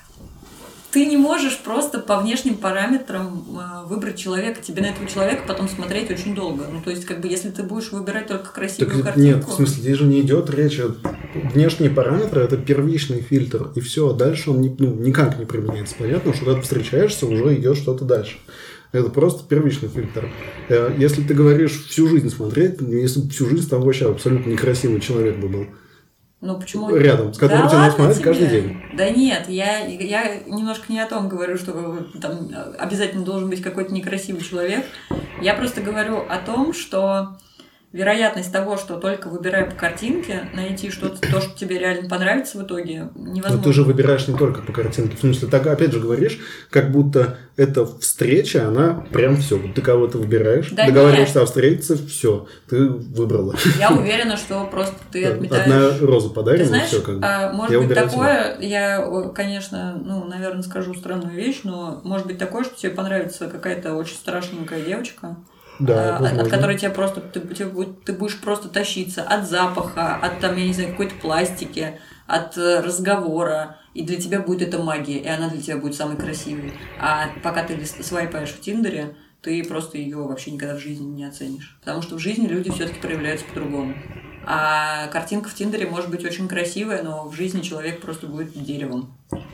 ты не можешь просто по внешним параметрам выбрать человека. Тебе на этого человека потом смотреть очень долго. Ну, то есть, как бы, если ты будешь выбирать только красивую так, картинку... Нет, в смысле, здесь же не идет речь о... Внешние параметры – это первичный фильтр, и все. Дальше он не, ну, никак не применяется. Понятно, что когда ты встречаешься, уже идет что-то дальше. Это просто первичный фильтр. Если ты говоришь всю жизнь смотреть, если всю жизнь там вообще абсолютно некрасивый человек бы был. Ну, почему? Рядом, с которым да тебе надо смотреть тебе? каждый день. Да нет, я, я немножко не о том говорю, что там обязательно должен быть какой-то некрасивый человек. Я просто говорю о том, что вероятность того, что только выбирая по картинке, найти что-то, то, что тебе реально понравится в итоге, невозможно. Но ты же выбираешь не только по картинке. В смысле, так опять же говоришь, как будто эта встреча, она прям все. Ты кого-то выбираешь, да договариваешься встретиться, все, ты выбрала. Я уверена, что просто ты отметаешь... Одна роза подарена, ты знаешь, все как бы. А, может я быть такое, тебя. Я, конечно, ну, наверное, скажу странную вещь, но может быть такое, что тебе понравится какая-то очень страшненькая девочка, да, от, от которой тебе просто ты, ты будешь просто тащиться от запаха, от там, я не знаю, какой-то пластики, от разговора, и для тебя будет эта магия, и она для тебя будет самой красивой. А пока ты свайпаешь в Тиндере, ты просто ее вообще никогда в жизни не оценишь. Потому что в жизни люди все-таки проявляются по-другому. А картинка в Тиндере может быть очень красивая, но в жизни человек просто будет деревом.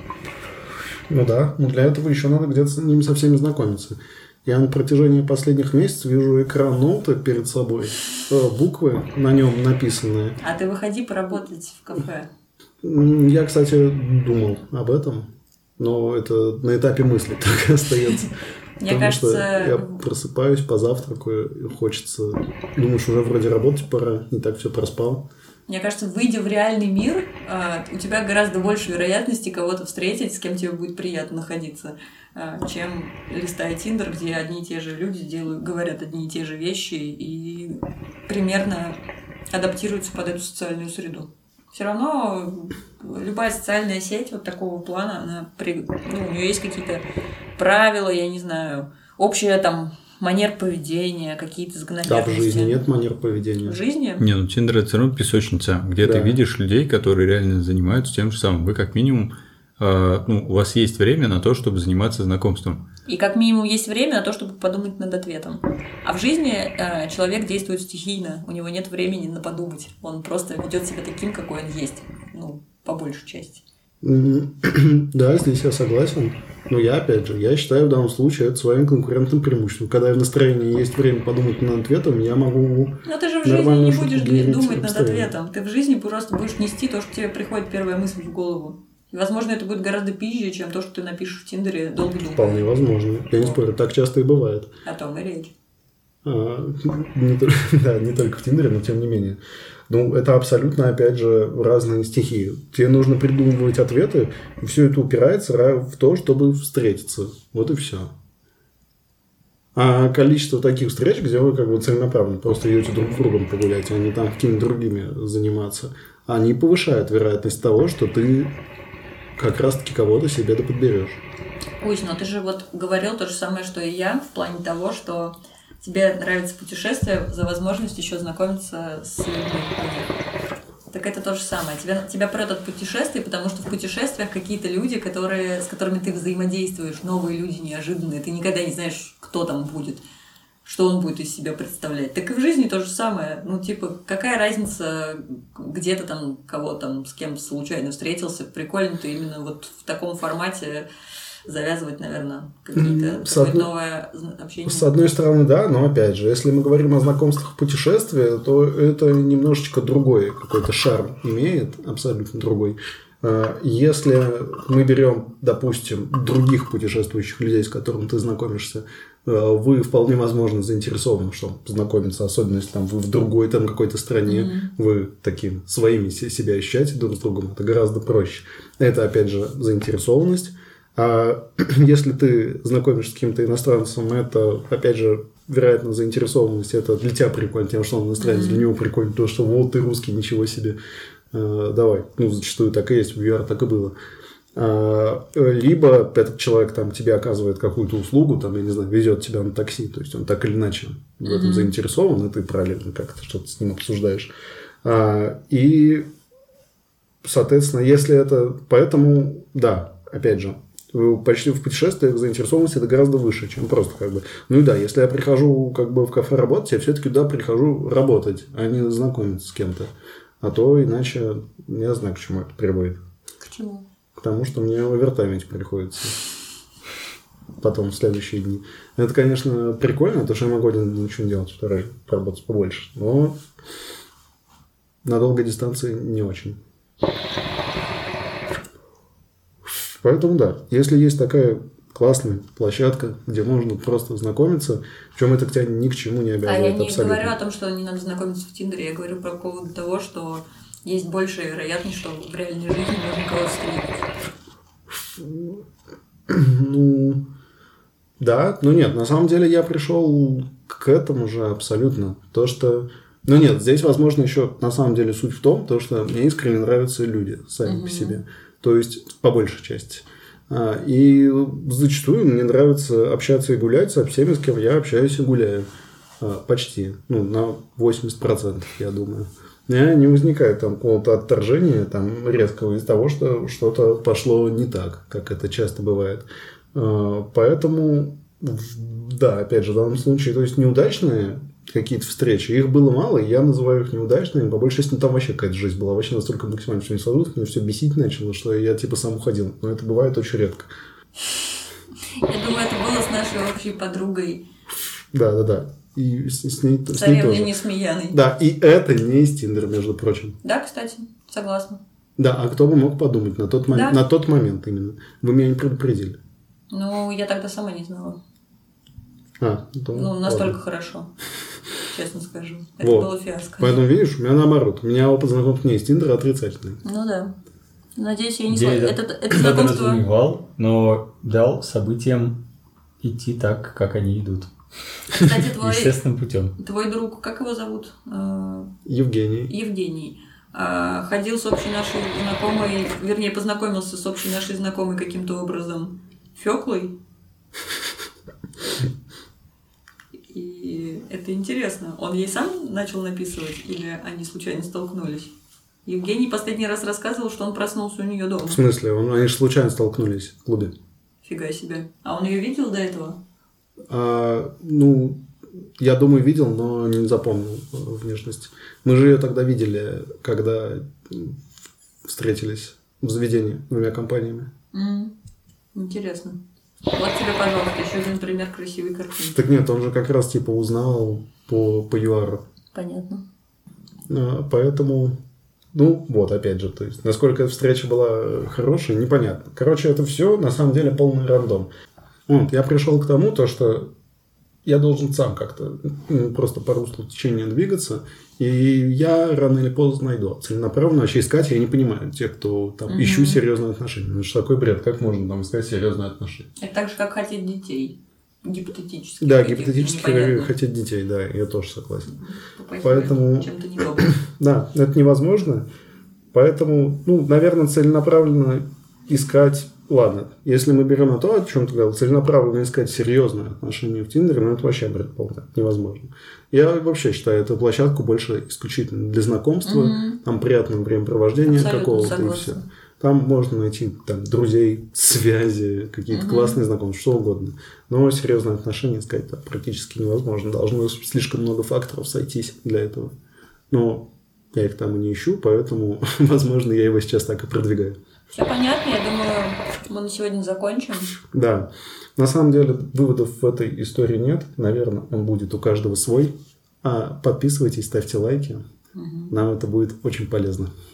Ну да, но для этого еще надо где-то с ними со всеми знакомиться. Я на протяжении последних месяцев вижу экран ноута перед собой, буквы на нем написанные. А ты выходи поработать в кафе. Я, кстати, думал об этом, но это на этапе мысли так и остается. Мне Потому кажется... что я просыпаюсь, позавтракаю, хочется... Думаешь, уже вроде работать пора, не так все проспал. Мне кажется, выйдя в реальный мир, у тебя гораздо больше вероятности кого-то встретить, с кем тебе будет приятно находиться, чем листая Тиндер, где одни и те же люди делают, говорят одни и те же вещи и примерно адаптируются под эту социальную среду. Все равно любая социальная сеть вот такого плана, она при... ну, у нее есть какие-то правила, я не знаю, общая там манер поведения, какие-то закономерности. Да, в жизни нет манер поведения. В жизни? Не, ну Тиндер это все равно песочница, где да. ты видишь людей, которые реально занимаются тем же самым. Вы как минимум, э, ну, у вас есть время на то, чтобы заниматься знакомством. И как минимум есть время на то, чтобы подумать над ответом. А в жизни э, человек действует стихийно, у него нет времени на подумать. Он просто ведет себя таким, какой он есть. Ну, по большей части. Да, здесь я согласен. Но я, опять же, я считаю в данном случае это своим конкурентным преимуществом. Когда я в настроении есть время подумать над ответом, я могу... Но ты же в жизни не будешь думать над ответом. Ты в жизни просто будешь нести то, что тебе приходит первая мысль в голову. И, возможно, это будет гораздо пизже, чем то, что ты напишешь в Тиндере долго думая. Вполне возможно. Я не спорю, так часто и бывает. О том и речь. А, не, да, не только в Тиндере, но тем не менее. Ну, это абсолютно, опять же, разные стихии. Тебе нужно придумывать ответы, и все это упирается в то, чтобы встретиться. Вот и все. А количество таких встреч, где вы как бы целенаправленно просто идете друг с другом погулять, а не там какими-то другими заниматься, они повышают вероятность того, что ты как раз-таки кого-то себе подберешь. Ой, но ты же вот говорил то же самое, что и я, в плане того, что тебе нравится путешествие за возможность еще знакомиться с людьми у них. Так это то же самое. Тебя, тебя прет от путешествий, потому что в путешествиях какие-то люди, которые, с которыми ты взаимодействуешь, новые люди, неожиданные, ты никогда не знаешь, кто там будет, что он будет из себя представлять. Так и в жизни то же самое. Ну, типа, какая разница, где ты там, кого там, с кем случайно встретился. Прикольно-то именно вот в таком формате завязывать, наверное, какие-то одной, новое общение. С одной стороны, да, но опять же, если мы говорим о знакомствах в путешествии, то это немножечко другой какой-то шарм имеет, абсолютно другой. Если мы берем, допустим, других путешествующих людей, с которыми ты знакомишься, вы вполне возможно заинтересованы, чтобы познакомиться, особенно если там, вы в другой там, какой-то стране, mm-hmm. вы таким своими себя ощущаете друг с другом, это гораздо проще. Это, опять же, заинтересованность. А если ты знакомишься с каким-то иностранцем, это, опять же, вероятно, заинтересованность. Это для тебя прикольно, тем, что он иностранец, mm-hmm. для него прикольно, то, что вот ты русский, ничего себе, а, давай. Ну, зачастую так и есть, в ю ар так и было. А, либо этот человек там тебе оказывает какую-то услугу, там, я не знаю, везет тебя на такси, то есть он так или иначе в этом mm-hmm. заинтересован, и ты параллельно как-то что-то с ним обсуждаешь. А, и, соответственно, если это... Поэтому, да, опять же, почти в путешествиях заинтересованность это гораздо выше, чем просто как бы... Ну и да, если я прихожу как бы в кафе работать, я все-таки туда прихожу работать, а не знакомиться с кем-то. А то иначе я знаю, к чему это приводит. К чему? К тому, что мне овертаймить приходится потом в следующие дни. Это, конечно, прикольно, потому что я могу один день ничего не делать, второй поработать побольше. Но на долгой дистанции не очень. Поэтому да, если есть такая классная площадка, где можно просто знакомиться, причем это тебя ни к чему не обязывает. А я не абсолютно. говорю о том, что не надо знакомиться в Тиндере, я говорю про поводу того, что есть большая вероятность, что в реальной жизни можно кого-то встретить. Ну, да, но нет, на самом деле я пришел к этому же абсолютно. То, что... Ну нет, здесь, возможно, еще на самом деле суть в том, то, что мне искренне нравятся люди сами угу. по себе. То есть, по большей части. И зачастую мне нравится общаться и гулять со всеми, с кем я общаюсь и гуляю. Почти. Ну, на восемьдесят процентов, я думаю. У меня не возникает там какого-то отторжения там, резкого из-за того, что что-то пошло не так, как это часто бывает. Поэтому, да, опять же, в данном случае, то есть неудачные какие-то встречи. Их было мало, и я называю их неудачными. По большей части, ну, там вообще какая-то жизнь была. Вообще настолько максимально все не сложилось, мне все бесить начало, что я типа сам уходил. Но это бывает очень редко. Я думаю, это было с нашей общей подругой. Да, да, да. И с, с ней, с ней тоже. Несмеяной. Да, и это не из Тиндера, между прочим. Да, кстати, согласна. Да, а кто бы мог подумать на тот, момент, да. на тот момент именно? Вы меня не предупредили. Ну, я тогда сама не знала. А, то, ну, настолько ладно. Хорошо, честно скажу. Это вот. Было фиаско. Поэтому, видишь, у меня наоборот. У меня опыт знакомств не из Тиндера отрицательный. Ну да. Надеюсь, я не смогу. Это, это, это знакомство... разумевал, но дал событиям идти так, как они идут. Кстати, твой... Естественным путем. Твой друг, как его зовут? Евгений. Евгений. Ходил с общей нашей знакомой, вернее, познакомился с общей нашей знакомой каким-то образом Фёклой. И это интересно. Он ей сам начал написывать или они случайно столкнулись? Евгений последний раз рассказывал, что он проснулся у нее дома. В смысле? Он, они же случайно столкнулись в клубе. Фига себе. А он ее видел до этого? А, ну, я думаю, видел, но не запомнил внешность. Мы же ее тогда видели, когда встретились в заведении двумя компаниями. Mm. Интересно. Вот тебе, пожалуйста, еще один пример красивой картины. Так нет, он же как раз типа узнал по, по ю ар. Понятно. А, поэтому, ну вот, опять же, то есть, насколько эта встреча была хорошей, непонятно. Короче, это все на самом деле полный рандом. Вот, я пришел к тому, то, что я должен сам как-то ну, просто по руслу течения двигаться, и я рано или поздно найду. Целенаправленно вообще искать я не понимаю тех, кто там mm-hmm. ищу серьезные отношения. Ну что такой бред, как можно там искать серьезные отношения? Это так же, как хотеть детей. Гипотетически. Да, гипотетически хотеть детей, да, я тоже согласен. Попасть Поэтому, чем-то недобрым. Да, это невозможно. Поэтому, ну, наверное, целенаправленно искать. Ладно, если мы берем на то, о чем ты говорил, целенаправленно искать серьезные отношения в Тиндере, ну, это вообще бред полный, невозможно. Я вообще считаю эту площадку больше исключительно для знакомства, mm-hmm. там приятного времяпровождения абсолютно какого-то согласна. И все. Там можно найти там, друзей, связи, какие-то mm-hmm. классные знакомства, что угодно. Но серьезные отношения искать там, практически невозможно. Должно слишком много факторов сойтись для этого. Но я их там и не ищу, поэтому, возможно, я его сейчас так и продвигаю. Все понятно, я думаю, мы на сегодня закончим. Да. На самом деле, выводов в этой истории нет. Наверное, он будет у каждого свой. А подписывайтесь, ставьте лайки. Угу. Нам это будет очень полезно.